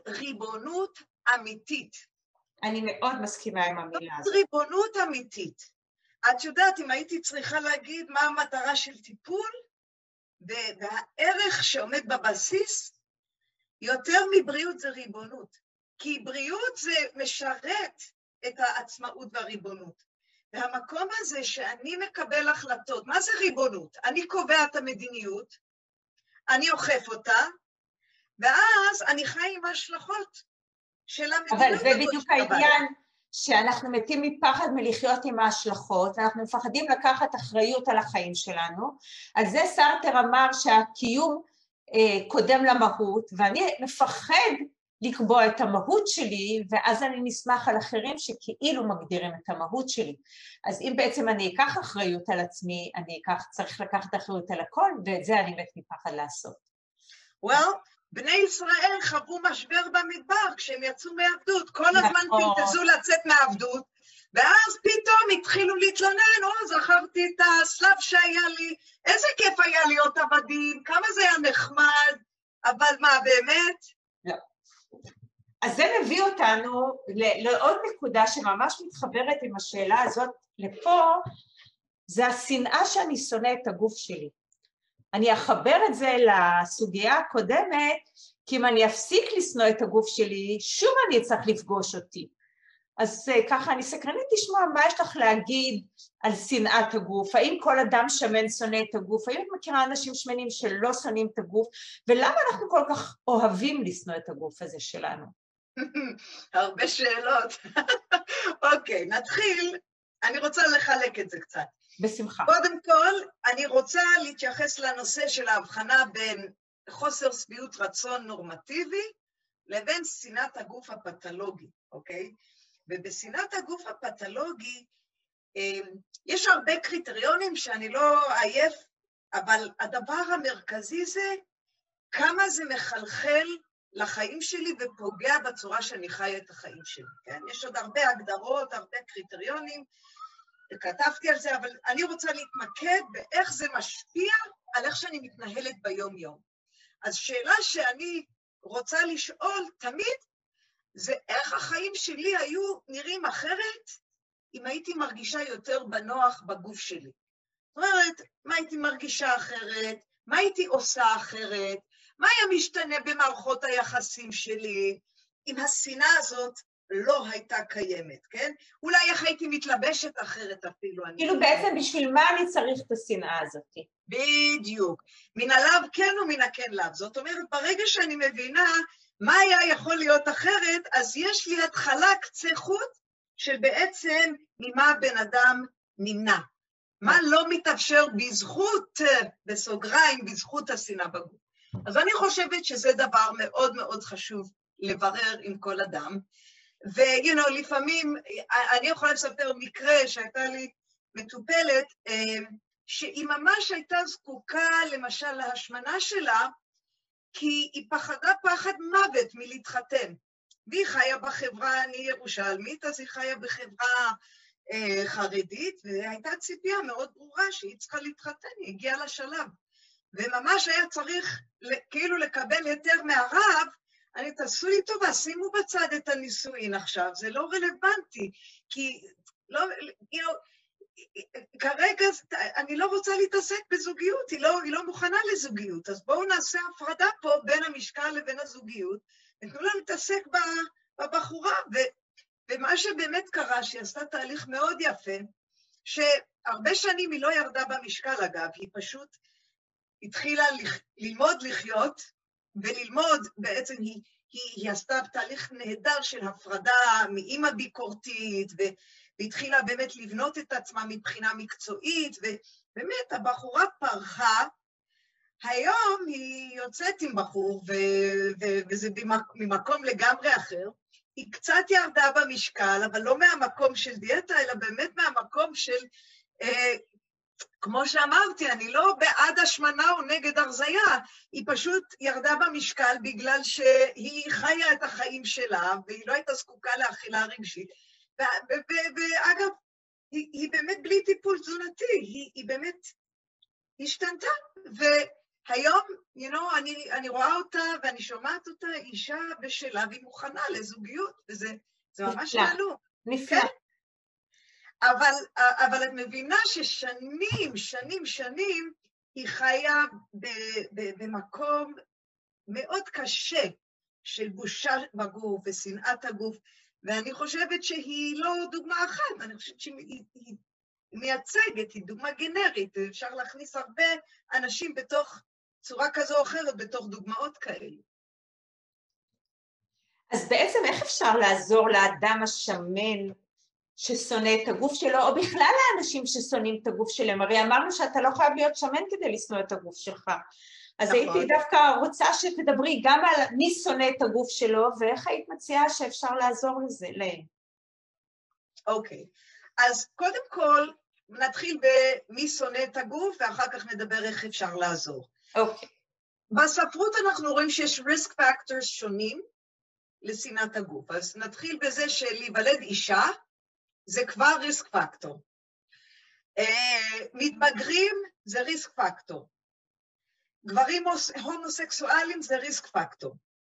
ריבונות אמיתית. אני מאוד מסכימה עם המילה הזאת. זאת ריבונות אמיתית. את יודעת, אם הייתי צריכה להגיד מה המטרה של טיפול, והערך שעומד בבסיס, יותר מבריאות זה ריבונות. כי בריאות זה משרת את העצמאות והריבונות. והמקום הזה שאני מקבל החלטות, מה זה ריבונות? אני קובע את המדיניות, אני אוכף אותה, ואז אני חי עם ההשלכות של המדיניות. אבל זה בדיוק העניין, שאנחנו מתים מפחד מלחיות עם ההשלכות, אנחנו מפחדים לקחת אחריות על החיים שלנו, על זה סארטר אמר שהקיום קודם למהות, ואני מפחד לקבוע את המהות שלי, ואז אני נסמך על אחרים שכאילו מגדירים את המהות שלי. אז אם בעצם אני אקח אחריות על עצמי, אני צריך לקחת אחריות על הכל, ואת זה אני מת מפחד לעשות. בני ישראל חוו משבר במדבר כשהם יצאו מעבדות, כל הזמן פנטזו לצאת מעבדות, ואז פתאום התחילו להתלונן, זכרתי את הסלב שהיה לי, איזה כיף היה להיות עבדים, כמה זה היה נחמד, אבל מה באמת? לא. אז זה מביא אותנו לעוד נקודה שממש מתחברת עם השאלה הזאת לפה, זה השנאה שאני שונא את הגוף שלי. אני אחבר את זה לסוגיה הקודמת, כי אם אני אפסיק לשנוא את הגוף שלי, שוב אני צריך לפגוש אותי. אז ככה אני סקרנית לשמוע מה יש לך להגיד על שנאת הגוף, האם כל אדם שמן שונא את הגוף, האם את מכירה אנשים שמנים שלא שונאים את הגוף, ולמה אנחנו כל כך אוהבים לשנוא את הגוף הזה שלנו? הרבה שאלות. אוקיי, נתחיל, אני רוצה לחלק את זה קצת. בשמחה. קודם כל, אני רוצה להתייחס לנושא של ההבחנה בין חוסר שביעות רצון נורמטיבי, לבין שנאת הגוף הפתולוגי, אוקיי? ובשנאת הגוף הפתולוגי, יש הרבה קריטריונים שאני לא עייף, אבל הדבר המרכזי זה כמה זה מחלחל לחיים שלי ופוגע בצורה שאני חיה את החיים שלי, כן? יש עוד הרבה הגדרות, הרבה קריטריונים, כתבתי על זה, אבל אני רוצה להתמקד באיך זה משפיע על איך שאני מתנהלת ביום יום. אז שאלה שאני רוצה לשאול תמיד, זה איך החיים שלי היו נראים אחרת, אם הייתי מרגישה יותר בנוח בגוף שלי. זאת אומרת, מה הייתי מרגישה אחרת, מה הייתי עושה אחרת, מה היה משתנה במערכות היחסים שלי, אם השנאה הזאת לא הייתה קיימת, כן? אולי איך הייתי מתלבשת אחרת אפילו. כאילו בעצם בשביל מה אני צריך את השנאה הזאת? בדיוק. מן הלאו כן ומן הכן לאו. זאת אומרת, ברגע שאני מבינה מה היה יכול להיות אחרת, אז יש לי התחלה קצה חוט של בעצם ממה בן אדם נמנע. מה לא מתאפשר בזכות, בסוגריים, בזכות השנאה בגוף. אז אני חושבת שזה דבר מאוד מאוד חשוב לברר עם כל אדם. לפעמים, אני יכולה לספר מקרה שהייתה לי מטופלת, שהיא ממש הייתה זקוקה למשל להשמנה שלה, כי היא פחדה פחד מוות מלהתחתן. והיא חיה בחברה, אני ירושלמית, אז היא חיה בחברה חרדית, והייתה ציפייה מאוד ברורה שהיא צריכה להתחתן, היא הגיעה לשלב. וממש היה צריך כאילו לקבל היתר מהרב, אני תעשו לי טובה, שימו בצד את הנישואין עכשיו, זה לא רלוונטי, כי כרגע אני לא רוצה להתעסק בזוגיות, היא לא מוכנה לזוגיות, אז בואו נעשה הפרדה פה בין המשקל לבין הזוגיות, ותנו לה להתעסק בבחורה, ומה שבאמת קרה, שהיא עשתה תהליך מאוד יפה, שהרבה שנים היא לא ירדה במשקל אגב, היא פשוט התחילה ללמוד לחיות, וללמוד בעצם היא עשתה תהליך נהדר של הפרדה מאמא ביקורתית, והתחילה באמת לבנות את עצמה מבחינה מקצועית, ובאמת הבחורה פרחה, היום היא יוצאת עם בחור, וזה ממקום לגמרי אחר, היא קצת ירדה במשקל, אבל לא מהמקום של דיאטה, אלא באמת מהמקום של, כמו שאמרתי, אני לא בעד השמנה או נגד הרזיה, היא פשוט ירדה במשקל בגלל שהיא חיה את החיים שלה, והיא לא הייתה זקוקה לאכילה רגשית. ואגב, היא באמת בלי טיפול תזונתי, היא באמת השתנתה, והיום, אני רואה אותה ואני שומעת אותה, אישה בשלה והיא מוכנה לזוגיות, וזה ממש נעלו. נפלא. אבל את מבינה ששנים היא חיה במקום מאוד קשה של בושה בגוף ושנאת הגוף, ואני חושבת שהיא לא דוגמה אחת, אני חושבת שהיא מייצגת, היא דוגמה גנרית, אפשר להכניס הרבה אנשים בתוך צורה כזו או אחרת, בתוך דוגמאות כאלה. אז בעצם איך אפשר לעזור לאדם השמן ששונא את הגוף שלו, או בכלל לאנשים ששונאים את הגוף שלהם? הרי אמרנו שאתה לא חייב להיות שמן כדי לשנוא את הגוף שלך. אז נכון. הייתי דווקא רוצה שתדברי גם על מי שונא את הגוף שלו, ואיך היית מציעה שאפשר לעזור להם. אוקיי, אז קודם כל נתחיל במי שונא את הגוף, ואחר כך נדבר איך אפשר לעזור. אוקיי. בספרות אנחנו רואים שיש risk factors שונים לשנאת הגוף. אז נתחיל בזה שלהיוולד אישה, זה כבר risk factor. מתבגרים זה risk factor. גברים הומוסקסואלים זה risk factor.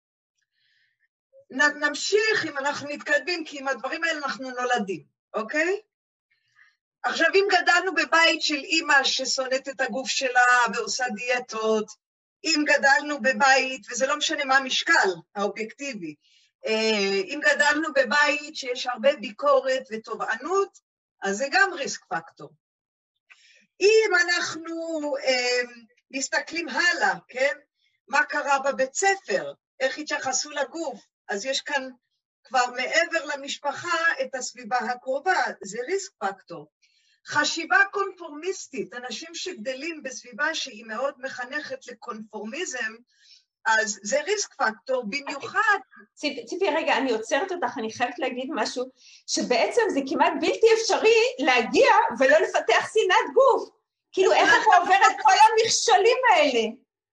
נמשיך אם אנחנו מתקדמים, כי עם הדברים האלה אנחנו נולדים, אוקיי? עכשיו, אם גדלנו בבית של אימא ששונאת את הגוף שלה ועושה דיאטות, אם גדלנו בבית, וזה לא משנה מה המשקל האובייקטיבי, אם גדלנו בבית שיש הרבה ביקורת ותובענות, אז זה גם ריסק פקטור. אם אנחנו מסתכלים הלאה, כן? מה קרה בבית ספר, איך התייחסו לגוף, אז יש כאן כבר מעבר למשפחה את הסביבה הקרובה, זה ריסק פקטור. חשיבה קונפורמיסטית, אנשים שגדלים בסביבה שהיא מאוד מחנכת לקונפורמיזם, אז זה ריסק פקטור, במיוחד... ציפי, רגע, אני עוצרת אותך, אני חייבת להגיד משהו, שבעצם זה כמעט בלתי אפשרי להגיע ולא לפתח שנאת גוף. כאילו, איך אתה עובר את כל המכשולים האלה?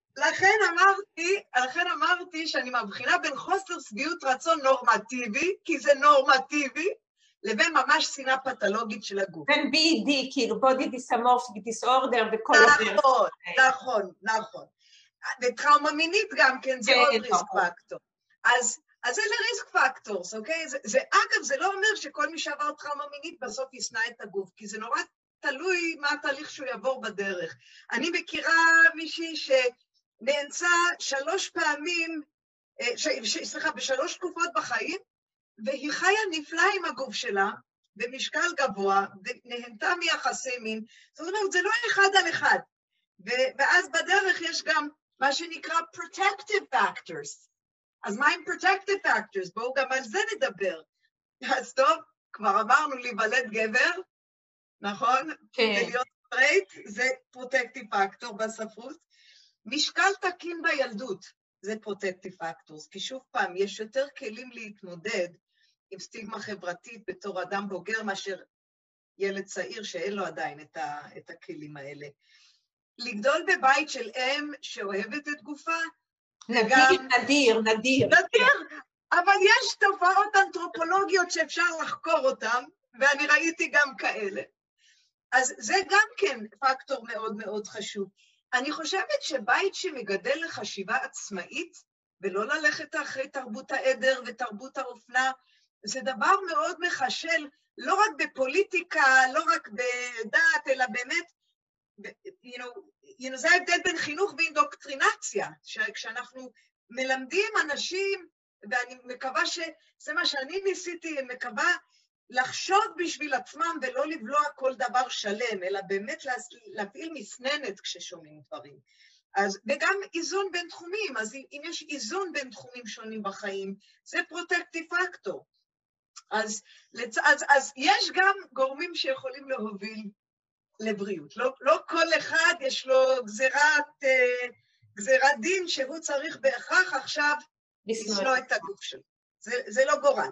לכן אמרתי שאני מבחינה בין חוסר שביעות רצון נורמטיבי, כי זה נורמטיבי, לבין ממש שנאה פתולוגית של הגוף. בין BD, כאילו, body dysmorphic disorder וכל הדרך. נכון. וטראומה מינית גם כן, זה עוד ריסק פקטור. אז זה לריסק פקטורס, אוקיי? אגב, זה לא אומר שכל מי שעבר טראומה מינית בסוף ישנא את הגוף, כי זה נורא תלוי מה התהליך שהוא יעבור בדרך. אני מכירה מישהי שנאנסה 3 פעמים, בשלוש תקופות בחיים, והיא חיה נפלא עם הגוף שלה, במשקל גבוה, ונהנתה מיחסי מין. זאת אומרת, זה לא אחד על אחד. ואז בדרך יש גם מה שנקרא protective factors. אז מה עם protective factors? בואו גם על זה נדבר. אז טוב, כבר אמרנו להיוולד גבר, נכון? כן. ולהיות straight, זה protective factor בספרות. משקל תקין בילדות, זה protective factors, כי שוב פעם, יש יותר כלים להתמודד עם סטיגמה חברתית בתור אדם בוגר, מאשר ילד צעיר שאין לו עדיין את הכלים האלה. לגדול בבית של אם שאוהבת את גופה, נדיר, אבל יש תופעות אנתרופולוגיות שאפשר לחקור אותן, ואני ראיתי גם כאלה. אז זה גם כן פקטור מאוד מאוד חשוב. אני חושבת שבית שמגדל לחשיבה עצמאית, ולא ללכת אחרי תרבות העדר ותרבות האופנה, זה דבר מאוד מחשל, לא רק בפוליטיקה, לא רק בדעת, אלא באמת, זה ההבדל בין חינוך ואינדוקטרינציה, כשאנחנו מלמדים אנשים, ואני מקווה שזה מה שאני ניסיתי, אני מקווה לחשוב בשביל עצמם ולא לבלוע כל דבר שלם, אלא באמת להפעיל מסננת כששומעים דברים. וגם איזון בין תחומים, אז אם יש איזון בין תחומים שונים בחיים, זה פרוטקטיב פקטור. אז יש גם גורמים שיכולים להוביל לבריאות. לא כל אחד יש לו גזירת דין שהוא צריך בהכרח עכשיו לשנוא את הגוף שלו. זה לא גורם.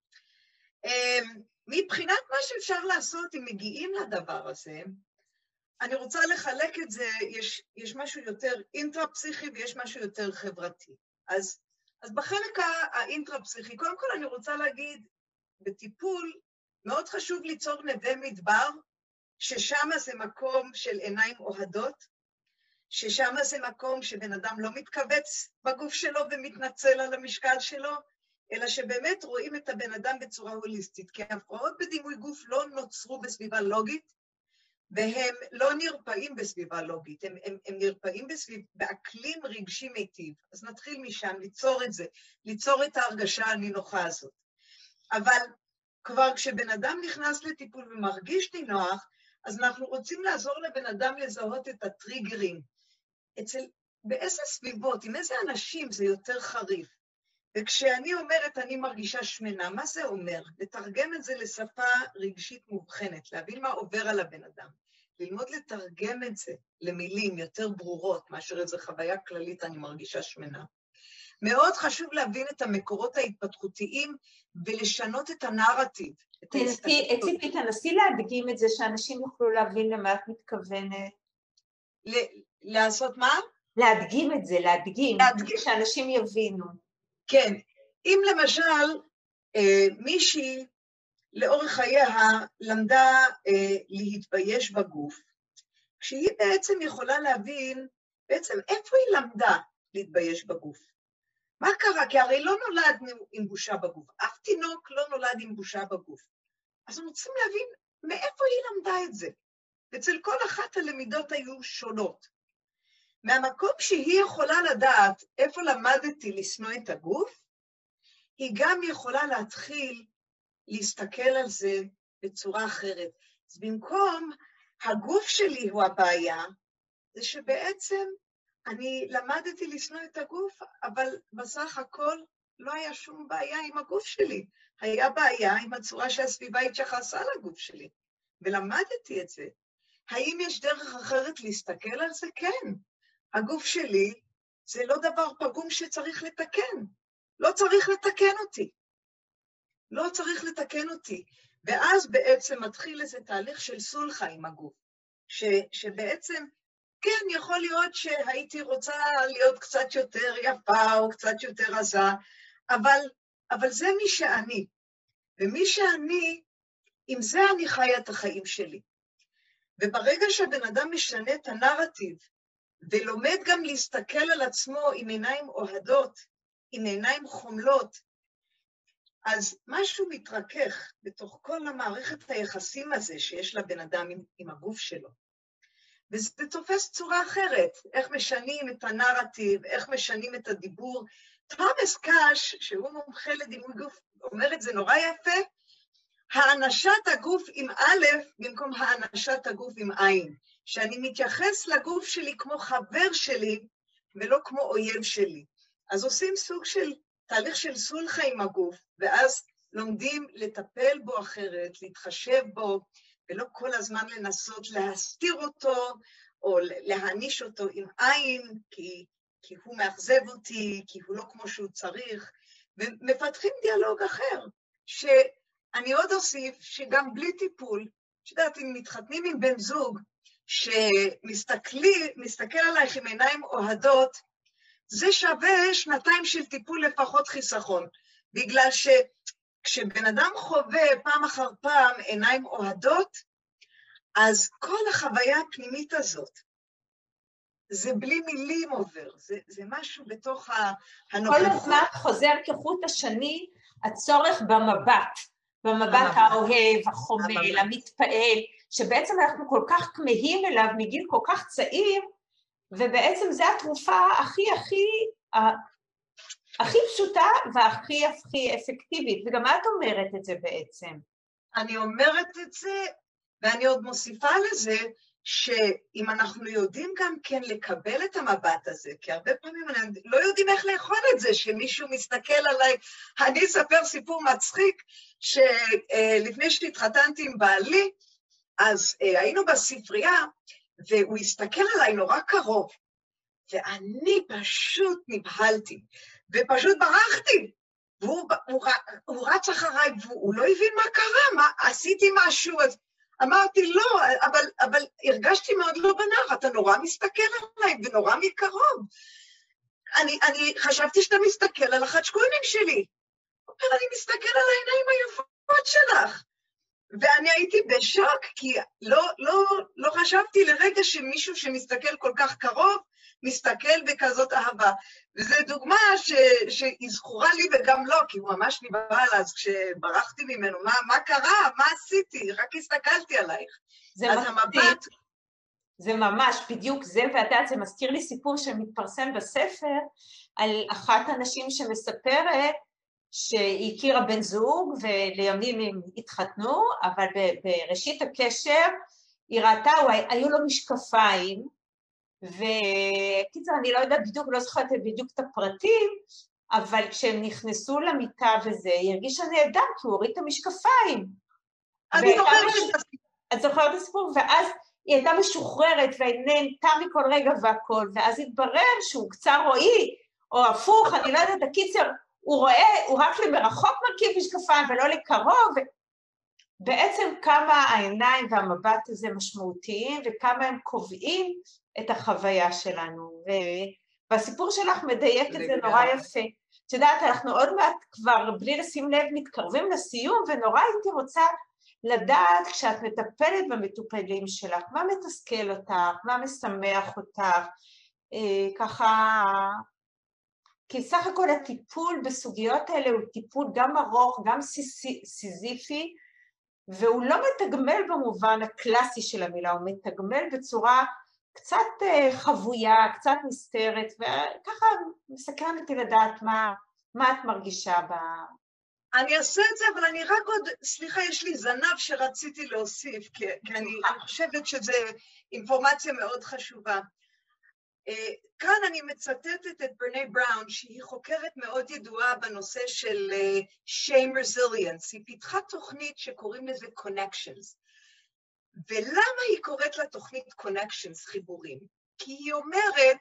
מבחינת מה שאפשר לעשות אם מגיעים לדבר הזה, אני רוצה לחלק את זה, יש משהו יותר אינטרפסיכי ויש משהו יותר חברתי. אז בחלק האינטרפסיכי, קודם כל אני רוצה להגיד, בטיפול מאוד חשוב ליצור נווה מדבר, ששם זה מקום של עיניים אוהדות, ששם זה מקום שבן אדם לא מתכווץ בגוף שלו ומתנצל על המשקל שלו, אלא שבאמת רואים את הבן אדם בצורה הוליסטית, כי הפרעות בדימוי גוף לא נוצרו בסביבה לוגית, והם לא נרפאים בסביבה לוגית, הם נרפאים באקלים רגשי מיטיב. אז נתחיל משם, ליצור את זה, ליצור את ההרגשה הנינוחה הזאת. אבל כבר כשבן אדם נכנס לטיפול ומרגיש נינוח, אז אנחנו רוצים לעזור לבן אדם לזהות את הטריגרים. באיזה סביבות, עם איזה אנשים זה יותר חריף. וכשאני אומרת אני מרגישה שמנה, מה זה אומר? לתרגם את זה לשפה רגשית מובחנת, להבין מה עובר על הבן אדם. ללמוד לתרגם את זה למילים יותר ברורות, מאשר איזו חוויה כללית אני מרגישה שמנה. מאוד חשוב להבין את המקורות ההתפתחותיים ולשנות את הנרטיב. ציפי, תנסי להדגים את זה שאנשים יוכלו להבין למה את מתכוונת. לעשות מה? להדגים את זה, להדגים, שאנשים יבינו. כן, אם למשל מישהי לאורך חייה למדה להתבייש בגוף, כשהיא בעצם יכולה להבין בעצם איפה היא למדה להתבייש בגוף. מה קרה? כי הרי לא נולדנו עם בושה בגוף, אף תינוק לא נולד עם בושה בגוף. אז אנחנו רוצים להבין מאיפה היא למדה את זה. אצל כל אחת הלמידות היו שונות. מהמקום שהיא יכולה לדעת איפה למדתי לשנוא את הגוף, היא גם יכולה להתחיל להסתכל על זה בצורה אחרת. אז במקום הגוף שלי הוא הבעיה, זה שבעצם אני למדתי לשנוא את הגוף, אבל בסך הכל לא היה שום בעיה עם הגוף שלי. היה בעיה עם הצורה שהסביבה התייחסה לגוף שלי, ולמדתי את זה. האם יש דרך אחרת להסתכל על זה? כן. הגוף שלי זה לא דבר פגום שצריך לתקן. לא צריך לתקן אותי. לא צריך לתקן אותי. ואז בעצם מתחיל איזה תהליך של סולחה עם הגוף. שבעצם, כן, יכול להיות שהייתי רוצה להיות קצת יותר יפה או קצת יותר עזה, אבל זה מי שאני. ומי שאני, עם זה אני חיה את החיים שלי. וברגע שהבן אדם משנה את הנרטיב, ולומד גם להסתכל על עצמו עם עיניים אוהדות, עם עיניים חומלות, אז משהו מתרכך בתוך כל המערכת היחסים הזה שיש לבן אדם עם הגוף שלו. וזה תופס צורה אחרת, איך משנים את הנרטיב, איך משנים את הדיבור. תומס קאש, שהוא מומחה לדימוי גוף, אומר את זה נורא יפה, האנשת הגוף עם א' במקום האנשת הגוף עם עין. שאני מתייחס לגוף שלי כמו חבר שלי, ולא כמו אויב שלי. אז עושים סוג של תהליך של סולחה עם הגוף, ואז לומדים לטפל בו אחרת, להתחשב בו, ולא כל הזמן לנסות להסתיר אותו, או להעניש אותו עם עין, כי הוא מאכזב אותי, כי הוא לא כמו שהוא צריך, ומפתחים דיאלוג אחר, שאני עוד אוסיף שגם בלי טיפול, שדעת, אם מתחתנים עם בן זוג, שמסתכל עלייך עם עיניים אוהדות, זה שווה 2 של טיפול לפחות חיסכון, בגלל שכשבן אדם חווה פעם אחר פעם עיניים אוהדות, אז כל החוויה הפנימית הזאת, זה בלי מילים עובר, זה משהו בתוך הנוכחות. כל הזמן חוזר כחוט השני הצורך במבט האוהב, החומל, המתפעל, שבעצם אנחנו כל כך כמהים אליו מגיל כל כך צעיר, ובעצם זו התרופה הכי פשוטה והכי אפקטיבית, וגם את אומרת את זה בעצם. אני אומרת את זה, ואני עוד מוסיפה לזה, שאם אנחנו יודעים גם כן לקבל את המבט הזה, כי הרבה פעמים לא יודעים איך לאכול את זה, שמישהו מסתכל עליי, אני אספר סיפור מצחיק, שלפני שהתחתנתי עם בעלי, אז היינו בספרייה, והוא הסתכל עליי נורא קרוב, ואני פשוט נבהלתי, ופשוט ברחתי, והוא רץ אחריי, והוא לא הבין מה קרה, עשיתי משהו, אז אמרתי לא, אבל הרגשתי מאוד לא בנוח, אתה נורא מסתכל עליי, ונורא מקרוב. אני חשבתי שאתה מסתכל על החדשקונים שלי. הוא אומר, אני מסתכל על העיניים היפות שלך. ואני הייתי בשוק, כי לא חשבתי לרגע שמישהו שמסתכל כל כך קרוב, מסתכל בכזאת אהבה. וזו דוגמה שהיא זכורה לי וגם לא, כי הוא ממש נבהל אז כשברחתי ממנו, מה קרה? מה עשיתי? רק הסתכלתי עלייך. אז המבט... זה ממש בדיוק זה, ואתה, זה מזכיר לי סיפור שמתפרסם בספר, על אחת הנשים שמספרת שהיא הכירה בן זוג, ולימים הם התחתנו, אבל בראשית הקשר היא ראתה, היו לו משקפיים, וקיצר, אני לא יודעת בדיוק, לא זוכרת בדיוק את הפרטים, אבל כשהם נכנסו למיטה וזה, היא הרגישה נהדר, כי הוא הוריד את המשקפיים. אני זוכרת את הסיפור. את זוכרת את הסיפור, ואז היא הייתה משוחררת, ונהנתה מכל רגע והכל, ואז התברר שהוא קצר רואי, או הפוך, אני לא יודעת, הקיצר, הוא רואה, הוא רק למרחוק מרכיב משקפיים, ולא לקרוב, בעצם כמה העיניים והמבט הזה משמעותיים, וכמה הם קובעים את החוויה שלנו, והסיפור שלך מדייק את זה נורא יפה. את יודעת, אנחנו עוד מעט כבר, בלי לשים לב, מתקרבים לסיום, ונורא הייתי רוצה לדעת, כשאת מטפלת במטופלים שלך, מה מתסכל אותך, מה משמח אותך, ככה, כי סך הכל הטיפול בסוגיות האלה הוא טיפול גם ארוך, גם סיזיפי, והוא לא מתגמל במובן הקלאסי של המילה, הוא מתגמל בצורה קצת חבויה, קצת נסתרת, וככה מסקרן אותי לדעת מה את מרגישה בה. אני אעשה את זה, אבל אני רק עוד, סליחה, יש לי זנב שרציתי להוסיף, כי אני חושבת שזו אינפורמציה מאוד חשובה. כאן אני מצטטת את ברנה בראון, שהיא חוקרת מאוד ידועה בנושא של shame resilience. היא פיתחה תוכנית שקוראים לזה connections. ולמה היא קוראת לתוכנית connections, חיבורים? כי היא אומרת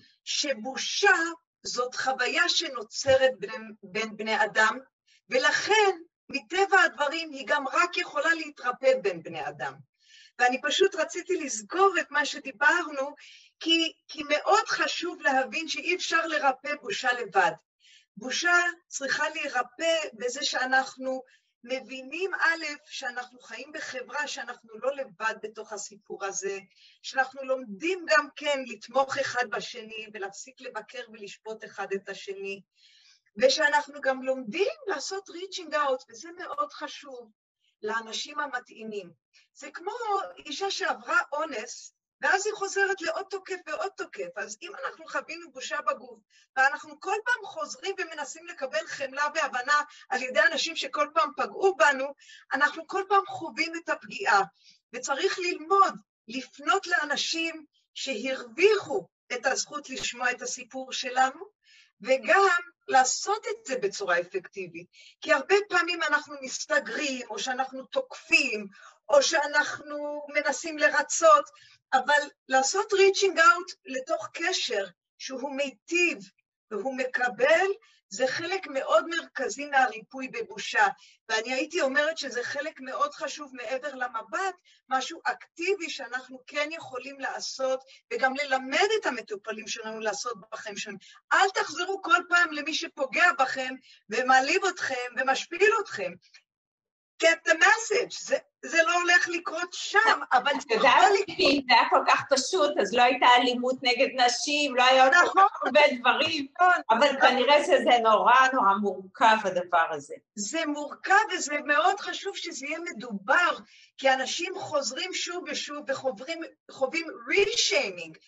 שבושה זאת חוויה שנוצרת בין בני אדם, ולכן מטבע הדברים היא גם רק יכולה להתרפא בין בני אדם. ואני פשוט רציתי לסגור את מה שדיברנו, כי מאוד חשוב להבין שאי אפשר לרפא בושה לבד. בושה צריכה להירפא בזה שאנחנו מבינים א', שאנחנו חיים בחברה שאנחנו לא לבד בתוך הסיפור הזה, שאנחנו לומדים גם כן לתמוך אחד בשני ולהפסיק לבקר ולשפוט אחד את השני, ושאנחנו גם לומדים לעשות reaching out, וזה מאוד חשוב לאנשים המתאימים. זה כמו אישה שעברה אונס, ואז היא חוזרת לעוד תוקף ועוד תוקף. אז אם אנחנו חווינו בושה בגוף, ואנחנו כל פעם חוזרים ומנסים לקבל חמלה והבנה על ידי אנשים שכל פעם פגעו בנו, אנחנו כל פעם חווים את הפגיעה. וצריך ללמוד, לפנות לאנשים שהרוויחו את הזכות לשמוע את הסיפור שלנו, וגם לעשות את זה בצורה אפקטיבית. כי הרבה פעמים אנחנו מסתגרים, או שאנחנו תוקפים, או שאנחנו מנסים לרצות, אבל לעשות reaching out לתוך קשר שהוא מיטיב והוא מקבל, זה חלק מאוד מרכזי מהריפוי בבושה. ואני הייתי אומרת שזה חלק מאוד חשוב מעבר למבט, משהו אקטיבי שאנחנו כן יכולים לעשות, וגם ללמד את המטופלים שלנו לעשות בחיים שלנו. אל תחזרו כל פעם למי שפוגע בכם, ומעליב אתכם, ומשפיל אתכם. get the message, זה לא הולך לקרות שם, אבל זה יכול לקרות. זה היה כל כך פשוט, אז לא הייתה אלימות נגד נשים, לא היה כל כך הרבה דברים, אבל כנראה שזה נורא נורא מורכב הדבר הזה. זה מורכב וזה מאוד חשוב שזה יהיה מדובר, כי אנשים חוזרים שוב ושוב וחווים re-shaming,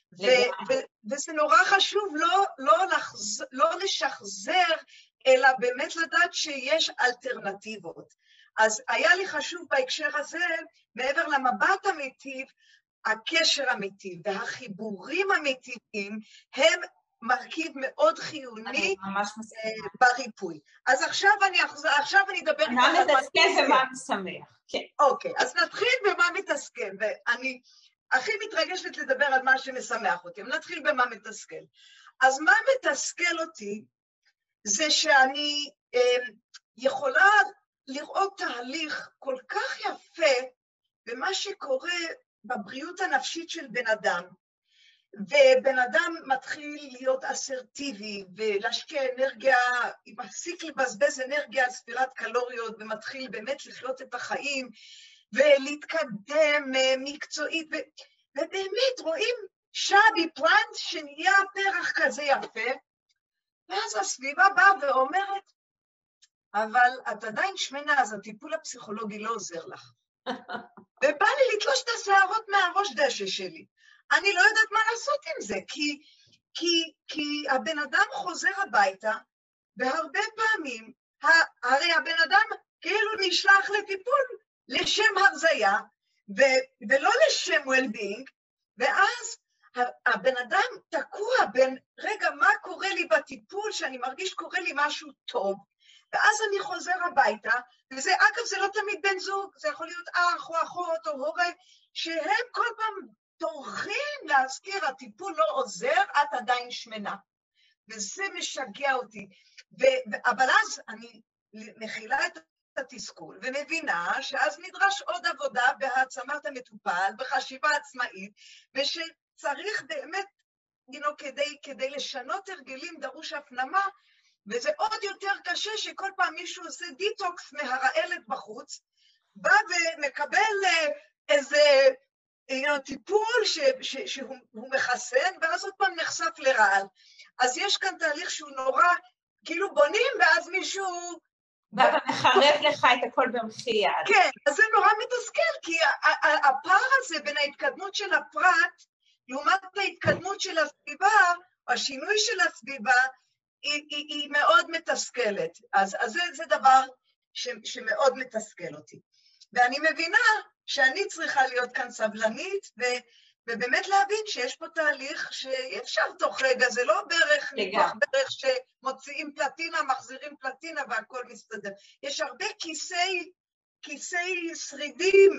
וזה נורא חשוב לא לשחזר, אלא באמת לדעת שיש אלטרנטיבות. אז היה לי חשוב בהקשר הזה, מעבר למבט המיטיב, הקשר המיטיב והחיבורים המיטיבים הם מרכיב מאוד חיוני בריפוי. אז עכשיו אני אדבר... מה מתסכל ומה משמח, כן. אוקיי, אז נתחיל במה מתסכל, ואני הכי מתרגשת לדבר על מה שמשמח אותי, נתחיל במה מתסכל. אז מה מתסכל אותי זה שאני יכולה לראות תהליך כל כך יפה במה שקורה בבריאות הנפשית של בן אדם, ובן אדם מתחיל להיות אסרטיבי ולהשקיע אנרגיה, מפסיק לבזבז אנרגיה על ספירת קלוריות ומתחיל באמת לחיות את החיים ולהתקדם מקצועית, ובאמת רואים שבי פלנט שנהיה פרח כזה יפה, ואז הסביבה באה ואומרת, אבל את עדיין שמנה, אז הטיפול הפסיכולוגי לא עוזר לך. ובא לי לתלוש את השערות מהראש דשא שלי. אני לא יודעת מה לעשות עם זה, כי הבן אדם חוזר הביתה, והרבה פעמים, הרי הבן אדם כאילו נשלח לטיפול לשם הרזייה, ולא לשם well-being, ואז הבן אדם תקוע בין, רגע, מה קורה לי בטיפול, שאני מרגיש קורה לי משהו טוב, ואז אני חוזר הביתה, וזה, אגב, זה לא תמיד בן זוג, זה יכול להיות אח או אחות או הורה, שהם כל פעם טורחים להזכיר, הטיפול לא עוזר, את עדיין שמנה. וזה משגע אותי. אבל אז אני מכילה את התסכול, ומבינה שאז נדרש עוד עבודה בהעצמת המטופל, בחשיבה עצמאית, ושצריך באמת, כדי לשנות הרגלים דרוש הפנמה, וזה עוד יותר קשה שכל פעם מישהו עושה דיטוקס מהרעלת בחוץ, בא ומקבל איזה טיפול שהוא מחסן, ואז עוד פעם נחשף לרעל. אז יש כאן תהליך שהוא נורא, כאילו בונים, ואז מישהו... ואתה מחרב לך את הכל במחי יד. כן, אז זה נורא מתסכל, כי הפער הזה בין ההתקדמות של הפרט, לעומת ההתקדמות של הסביבה, או השינוי של הסביבה, היא מאוד מתסכלת. אז זה דבר שמאוד מתסכל אותי. ואני מבינה שאני צריכה להיות כאן סבלנית, ובאמת להבין שיש פה תהליך שאי אפשר תוך רגע, זה לא ברך, ניתוח ברך שמוציאים פלטינה, מחזירים פלטינה והכל מסתדר. יש הרבה כיסי שרידים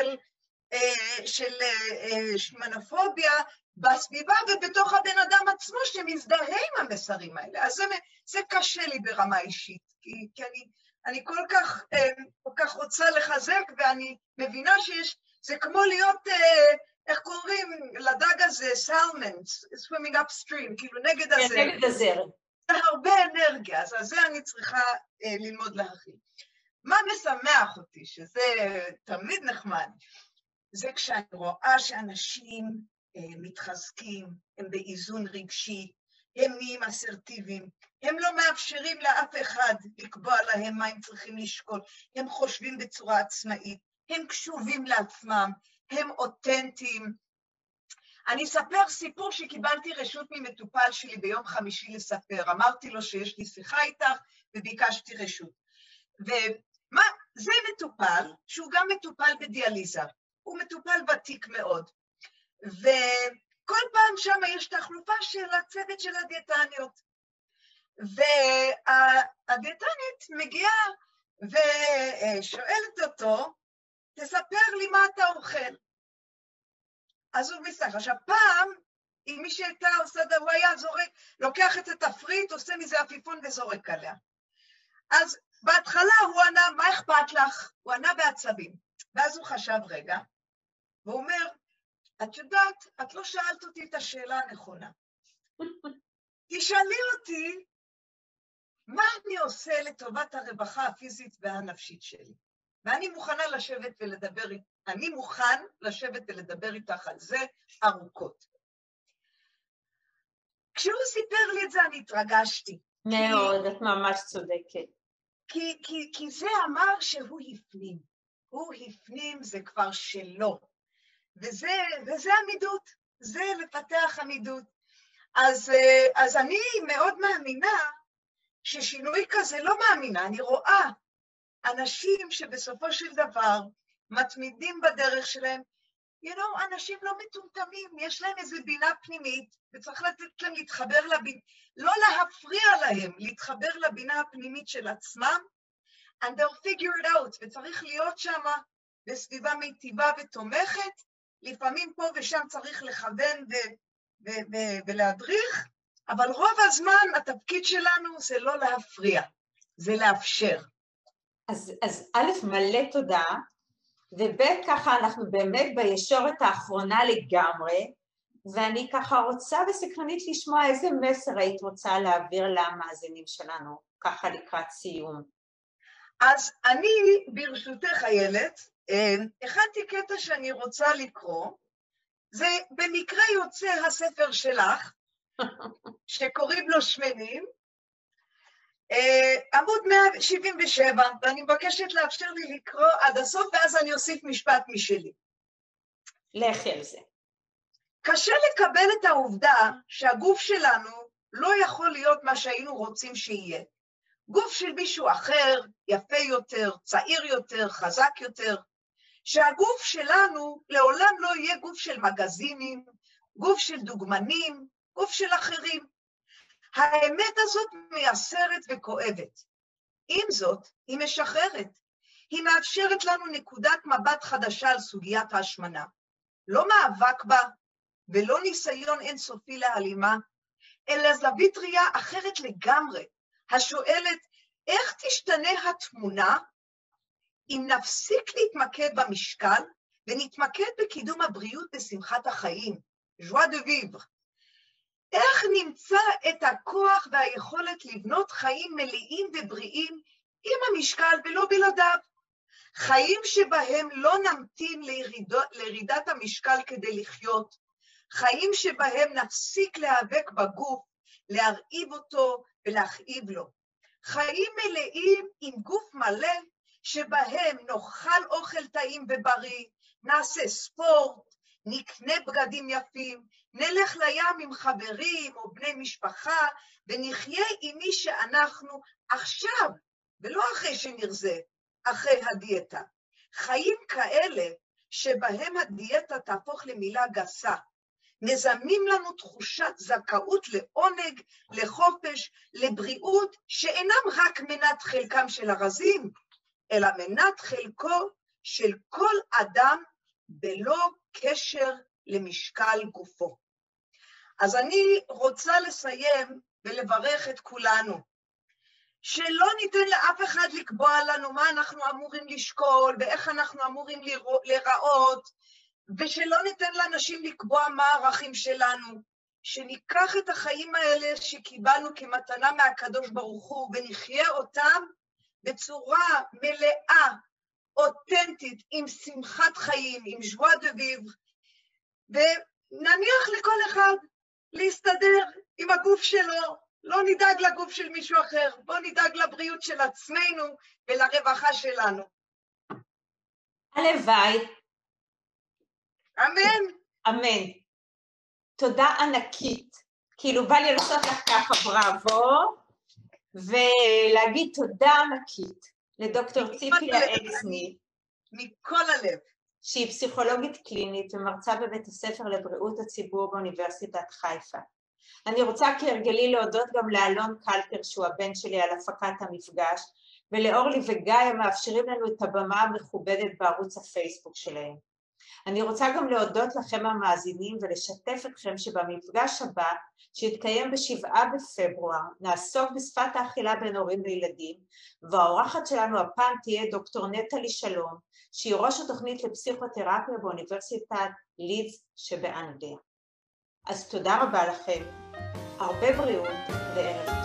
של שמנופוביה בסביבה ובתוך הבן אדם עצמו שמזדהה עם המסרים האלה. אז זה קשה לי ברמה אישית, כי אני כל כך רוצה לחזק, ואני מבינה זה כמו להיות, איך קוראים לדג הזה, salmon, swimming upstream, כאילו נגד הזרם. נגד הזרם. זה הרבה אנרגיה, אז זה אני צריכה ללמוד להכיל. מה משמח אותי, שזה תמיד נחמד, זה כשאני רואה שאנשים מתחזקים, הם באיזון רגשי, הם נהיים אסרטיביים, הם לא מאפשרים לאף אחד לקבוע להם מה הם צריכים לשקול, הם חושבים בצורה עצמאית, הם קשובים לעצמם, הם אותנטיים. אני אספר סיפור שקיבלתי רשות ממטופל שלי ביום חמישי לספר, אמרתי לו שיש לי שיחה איתך וביקשתי רשות. ומה, זה מטופל שהוא גם מטופל בדיאליזה, הוא מטופל ותיק מאוד, וכל פעם שם יש תחלופה של הצוות של הדיאטניות. והדיאטנית מגיעה ושואלת אותו, תספר לי מה אתה אוכל. אז הוא מסתכל. עכשיו פעם, אם מי שהייתה עושה דבר, הוא היה זורק, לוקח את התפריט, עושה מזה עפיפון וזורק עליה. אז בהתחלה הוא ענה, מה אכפת לך? הוא ענה בעצבים. ואז הוא חשב רגע, והוא אומר, את יודעת, את לא שאלת אותי את השאלה הנכונה. תשאלי אותי, מה אני עושה לטובת הרווחה הפיזית והנפשית שלי? ואני מוכנה לשבת ולדבר, אני מוכן לשבת ולדבר איתך על זה ארוכות. כשהוא סיפר לי את זה, אני התרגשתי. מאוד, את ממש צודקת. כי זה אמר שהוא הפנים. הוא הפנים, זה כבר שלו. וזה עמידות, זה לפתח עמידות. אז אני מאוד מאמינה ששינוי כזה לא מאמינה, אני רואה אנשים שבסופו של דבר מתמידים בדרך שלהם, אנשים לא מטומטמים, יש להם איזו בינה פנימית, וצריך לתת להם להתחבר לבינה, לא להפריע להם, להתחבר לבינה הפנימית של עצמם, and they'll figure it out, וצריך להיות שם בסביבה מיטיבה ותומכת, לפעמים פה ושם צריך לכוון ולהדריך, אבל רוב הזמן התפקיד שלנו זה לא להפריע, זה לאפשר. אז א', מלא תודה, וב' ככה אנחנו באמת בישורת האחרונה לגמרי, ואני ככה רוצה בסקרנית לשמוע איזה מסר היית רוצה להעביר למאזינים שלנו, ככה לקראת סיום. אז אני, ברשותך איילת, הכנתי קטע שאני רוצה לקרוא, זה במקרה יוצא הספר שלך, שקוראים לו שמנים, עמוד 177, ואני מבקשת לאפשר לי לקרוא עד הסוף, ואז אני אוסיף משפט משלי. לכי על זה. קשה לקבל את העובדה שהגוף שלנו לא יכול להיות מה שהיינו רוצים שיהיה. גוף של מישהו אחר, יפה יותר, צעיר יותר, חזק יותר, שהגוף שלנו לעולם לא יהיה גוף של מגזינים, גוף של דוגמנים, גוף של אחרים. האמת הזאת מייסרת וכואבת. עם זאת, היא משחררת. היא מאפשרת לנו נקודת מבט חדשה על סוגיית ההשמנה. לא מאבק בה, ולא ניסיון אינסופי להלימה, אלא זווית ראייה אחרת לגמרי, השואלת איך תשתנה התמונה אם נפסיק להתמקד במשקל ונתמקד בקידום הבריאות בשמחת החיים, joie de vivre. איך נמצא את הכוח והיכולת לבנות חיים מלאים ובריאים עם המשקל ולא בלעדיו. חיים שבהם לא נמתין לירידת המשקל כדי לחיות, חיים שבהם נפסיק להיאבק בגוף, להרעיב אותו ולהכאיב לו. חיים מלאים עם גוף מלא, שבהם נאכל אוכל טעים ובריא, נעשה ספורט, נקנה בגדים יפים, נלך לים עם חברים או בני משפחה, ונחיה עם מי שאנחנו עכשיו, ולא אחרי שנרזה, אחרי הדיאטה. חיים כאלה שבהם הדיאטה תהפוך למילה גסה, מזמנים לנו תחושת זכאות לעונג, לחופש, לבריאות, שאינם רק מנת חלקם של הרזים, אלא מנת חלקו של כל אדם בלא קשר למשקל גופו. אז אני רוצה לסיים ולברך את כולנו, שלא ניתן לאף אחד לקבוע לנו מה אנחנו אמורים לשקול ואיך אנחנו אמורים לראות, ושלא ניתן לאנשים לקבוע מה הערכים שלנו, שניקח את החיים האלה שקיבלנו כמתנה מהקדוש ברוך הוא, ונחיה אותם בצורה מלאה, אותנטית, עם שמחת חיים, עם joie de vivre, ונניח לכל אחד להסתדר עם הגוף שלו, לא נדאג לגוף של מישהו אחר, בוא נדאג לבריאות של עצמנו ולרווחה שלנו. הלוואי. אמן. אמן. תודה ענקית. כאילו בא לי לעשות לך ככה בראבו, ולהגיד תודה ענקית לדוקטור ציפי העצני. מכל הלב. שהיא פסיכולוגית קלינית ומרצה בבית הספר לבריאות הציבור באוניברסיטת חיפה. אני רוצה כהרגלי להודות גם לאלון קלפר, שהוא הבן שלי, על הפקת המפגש, ולאורלי וגיא המאפשרים לנו את הבמה המכובדת בערוץ הפייסבוק שלהם. אני רוצה גם להודות לכם המאזינים ולשתף אתכם שבמפגש הבא, שיתקיים ב7 בפברואר, נעסוק בשפת האכילה בין הורים וילדים, והאורחת שלנו הפעם תהיה דוקטור נטלי שלום, שהיא ראש התוכנית לפסיכותרפיה באוניברסיטת לידס שבאנגליה. אז תודה רבה לכם, הרבה בריאות וערב.